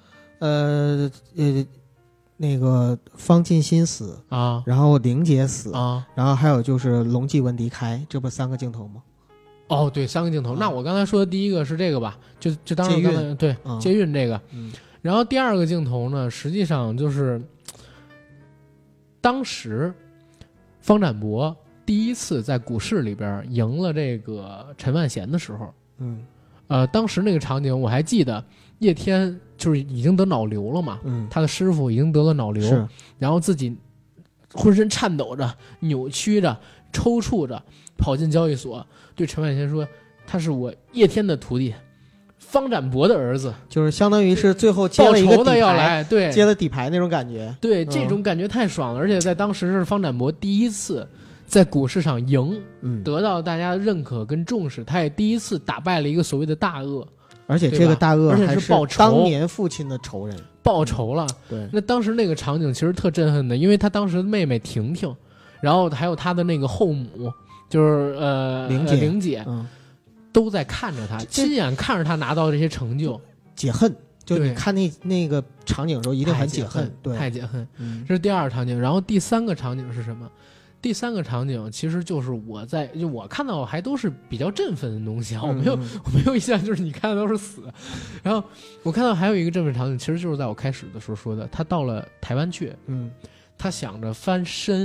那个方进新死啊，然后玲姐死啊，然后还有就是龙继文离开，这不3个镜头吗？ 哦，对，3个镜头。那我刚才说的第一个是这个吧？就当时刚才对接运这个。然后第2个镜头呢，实际上就是当时方展博第一次在股市里边赢了这个陈万贤的时候，当时那个场景我还记得，叶天就是已经得脑瘤了嘛，他的师傅已经得了脑瘤，然后自己浑身颤抖着、扭曲着、抽搐着跑进交易所，对陈万贤说：“他是我叶天的徒弟。”方展博的儿子，就是相当于是最后接了一个底牌， 要来，对， 接了底牌那种感觉， 对，这种感觉太爽了。而且在当时是方展博第一次在股市上赢，得到大家的认可跟重视，他也第一次打败了一个所谓的大鳄， 而且这个大鳄还是报仇， 当年父亲的仇人， 报仇了。对，那当时那个场景其实特震撼的，因为他当时的妹妹婷婷，然后还有他的那个后母，就是玲姐。都在看着他，亲眼看着他拿到这些成就， 解恨。就你看那个场景的时候，一定很解恨，对， 太解恨。这是第2个场景，然后第3个场景是什么？第3个场景其实就是我看到还都是比较振奋的东西啊，我没有一项就是你看的都是死。然后我看到还有一个振奋场景，其实就是在我开始的时候说的，他到了台湾去，他想着翻身。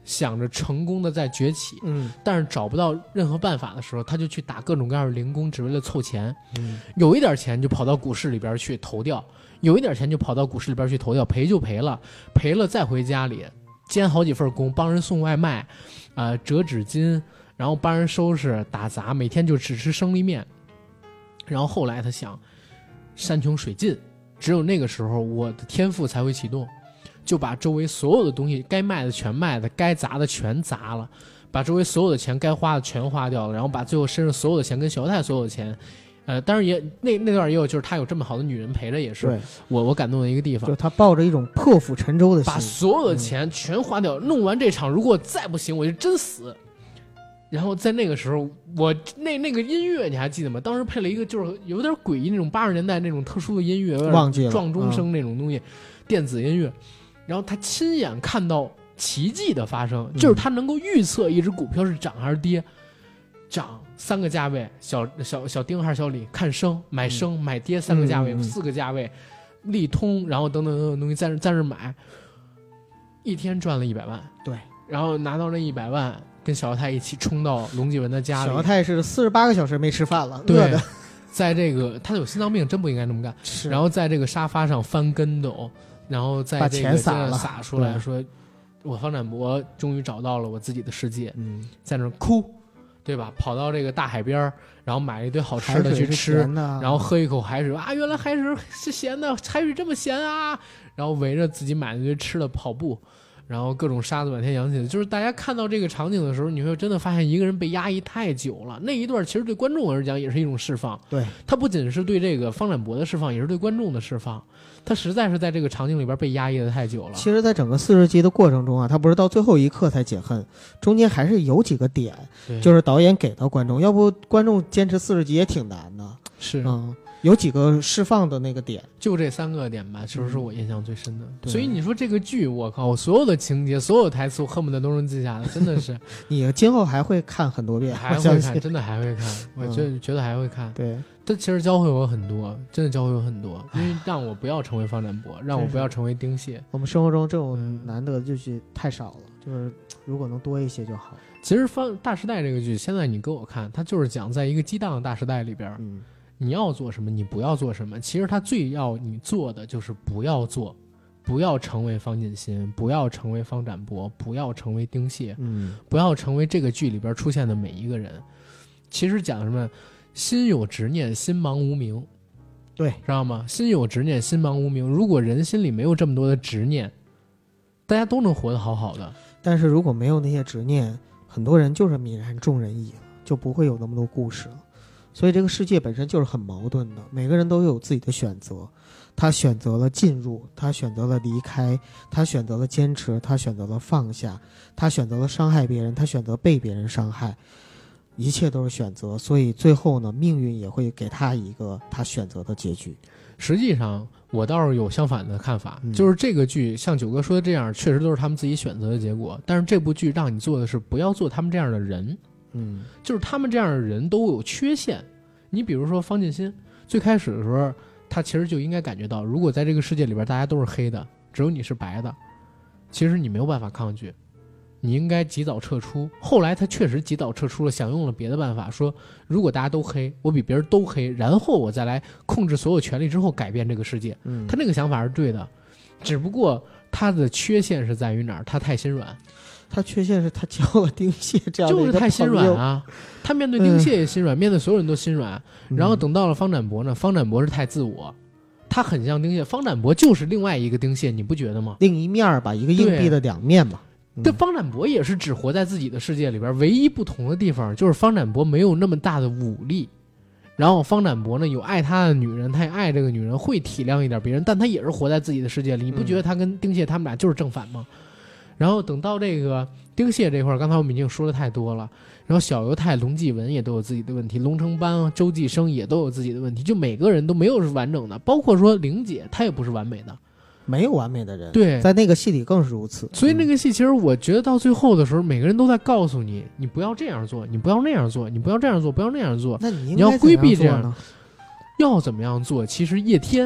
想着成功的在崛起，但是找不到任何办法的时候，他就去打各种各样的零工，只为了凑钱。有一点钱就跑到股市里边去投掉，有一点钱就跑到股市里边去投掉，赔就赔了，赔了再回家里兼好几份工，帮人送外卖，折纸巾，然后帮人收拾打杂，每天就只吃生力面。然后后来他想，山穷水尽，只有那个时候我的天赋才会启动，就把周围所有的东西该卖的全卖的，该砸的全砸了，把周围所有的钱该花的全花掉了，然后把最后身上所有的钱跟小太所有的钱，当然也那段也有，就是他有这么好的女人陪着，也是我感动的一个地方， 就他抱着一种破釜沉舟的心， 把所有的钱全花掉，弄完这场如果再不行我就真死。然后在那个时候，我那个音乐你还记得吗？当时配了一个就是有点诡异那种80年代那种特殊的音乐， 忘记了撞钟声那种东西，电子音乐。然后他亲眼看到奇迹的发生，就是他能够预测一只股票是涨还是跌，涨3个价位，小丁还是小李看升买升买跌3个价位，4个价位，利通，然后等等等等东西在那买，一天赚了100万， 对， 然后拿到那100万。跟小太一起冲到龙继文的家里， 小太是48个小时没吃饭了， 对饿的。 在这个他有心脏病，真不应该那么干。然后在这个沙发上翻跟斗，然后在这个撒出来说：“我方展博终于找到了我自己的世界。”在那哭，对吧？跑到这个大海边，然后买了一堆好吃的去吃，然后喝一口海水啊，原来海水是咸的，海水这么咸啊！然后围着自己买的一堆吃的跑步。然后各种沙子满天扬起的，就是大家看到这个场景的时候，你会真的发现一个人被压抑太久了。那一段其实对观众而讲也是一种释放， 对， 他不仅是对这个方展博的释放，也是对观众的释放。他实在是在这个场景里边被压抑的太久了。 其实，在整个40集的过程中啊，他不是到最后一刻才解恨，中间还是有几个点，就是导演给到观众，要不观众坚持40集也挺难的。 是， 有几个释放的那个点， 就这3个点吧，其实是我印象最深的。所以你说这个剧，我靠，所有的情节、所有台词，我恨不得都能记下来，真的是。 你今后还会看很多遍， 还会看，真的还会看，我觉得还会看。 对， 这其实教会我很多，真的教会我很多，因为让我不要成为方展博，让我不要成为丁蟹。 我们生活中这种难得的就是太少了，就是如果能多一些就好。 其实《大时代》这个剧，现在你给我看，它就是讲在一个激荡的大时代里边。你要做什么，你不要做什么。其实他最要你做的就是不要做，不要成为方锦新，不要成为方展博，不要成为丁蟹，不要成为这个剧里边出现的每一个人。其实讲什么，心有执念，心盲无明， 对， 知道吗？心有执念，心盲无明。如果人心里没有这么多的执念，大家都能活得好好的。 但是如果没有那些执念，很多人就是泯然众人矣了，就不会有那么多故事了。所以这个世界本身就是很矛盾的，每个人都有自己的选择，他选择了进入，他选择了离开，他选择了坚持，他选择了放下，他选择了伤害别人，他选择被别人伤害，一切都是选择。所以最后呢，命运也会给他一个他选择的结局。 实际上我倒是有相反的看法，就是这个剧像九哥说的这样，确实都是他们自己选择的结果，但是这部剧让你做的是不要做他们这样的人。就是他们这样的人都有缺陷。你比如说方进新，最开始的时候他其实就应该感觉到，如果在这个世界里边大家都是黑的，只有你是白的，其实你没有办法抗拒，你应该及早撤出。后来他确实及早撤出了，想用了别的办法，说如果大家都黑，我比别人都黑，然后我再来控制所有权力之后改变这个世界。他那个想法是对的，只不过他的缺陷是在于哪儿？他太心软。 他缺陷是他交了丁蟹这样的一个朋友， 就是太心软啊！他面对丁蟹也心软，面对所有人都心软。然后等到了方展博呢，方展博是太自我，他很像丁蟹，方展博就是另外一个丁蟹，你不觉得吗？ 另一面吧，一个硬币的两面嘛。 这方展博也是只活在自己的世界里边，唯一不同的地方就是方展博没有那么大的武力，然后方展博呢有爱他的女人，他也爱这个女人，会体谅一点别人，但他也是活在自己的世界里。你不觉得他跟丁蟹他们俩就是正反吗？然后等到这个丁蟹这块，刚才我们已经说的太多了。然后小犹太、龙继文也都有自己的问题，龙成班、周继生也都有自己的问题，就每个人都没有是完整的，包括说玲姐，她也不是完美的， 没有完美的人。 对， 在那个戏里更是如此。 所以那个戏其实我觉得到最后的时候，每个人都在告诉你，你不要这样做，你不要那样做，你不要这样做，不要那样做。 那你要规避这样，要怎么样做？其实叶天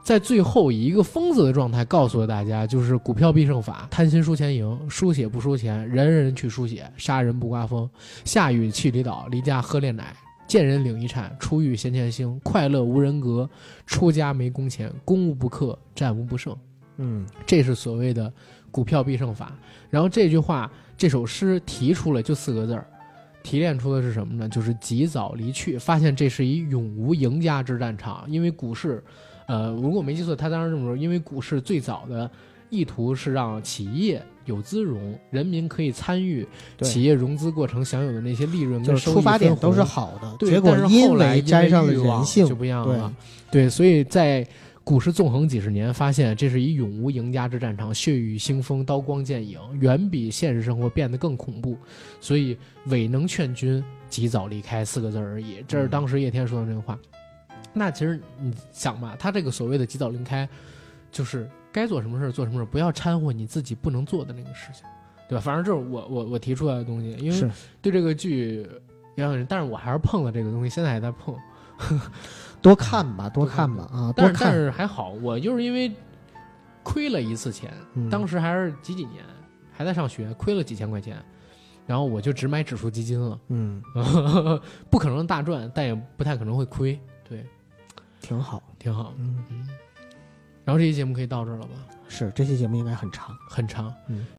在最后以一个疯子的状态告诉了大家，就是股票必胜法，贪心输钱赢，输血不输钱，人人去输血，杀人不刮风，下雨去离岛，离家喝炼奶，见人领一铲，出狱闲钱星，快乐无人格，出家没工钱，攻无不克，战无不胜。这是所谓的股票必胜法。然后这句话，这首诗提出了就4个字儿，提炼出的是什么呢？就是及早离去，发现这是一永无赢家之战场。因为股市如果我没记错，他当时这么说，因为股市最早的意图是让企业有资融，人民可以参与企业融资过程享有的那些利润跟收益分红， 出发点都是好的， 对， 结果因为沾上了人性就不一样了。对，所以在股市纵横几十年，发现这是一永无赢家之战场，血雨腥风，刀光剑影，远比现实生活变得更恐怖。所以委能劝君及早离开4个字而已，这是当时叶天说的这个话。那其实你想吧，他这个所谓的及早离开，就是该做什么事做什么事，不要掺和你自己不能做的那个事情，对吧？反正这是我提出来的东西，因为对这个剧但是我还是碰了这个东西，现在还在碰。 多看吧啊！ 但是还好，我就是因为亏了一次钱，当时还是几年，还在上学，亏了几千块钱，然后我就只买指数基金了。不可能大赚，但也不太可能会亏。对， 挺好。 然后这期节目可以到这儿了吧？ 是，这期节目应该很长。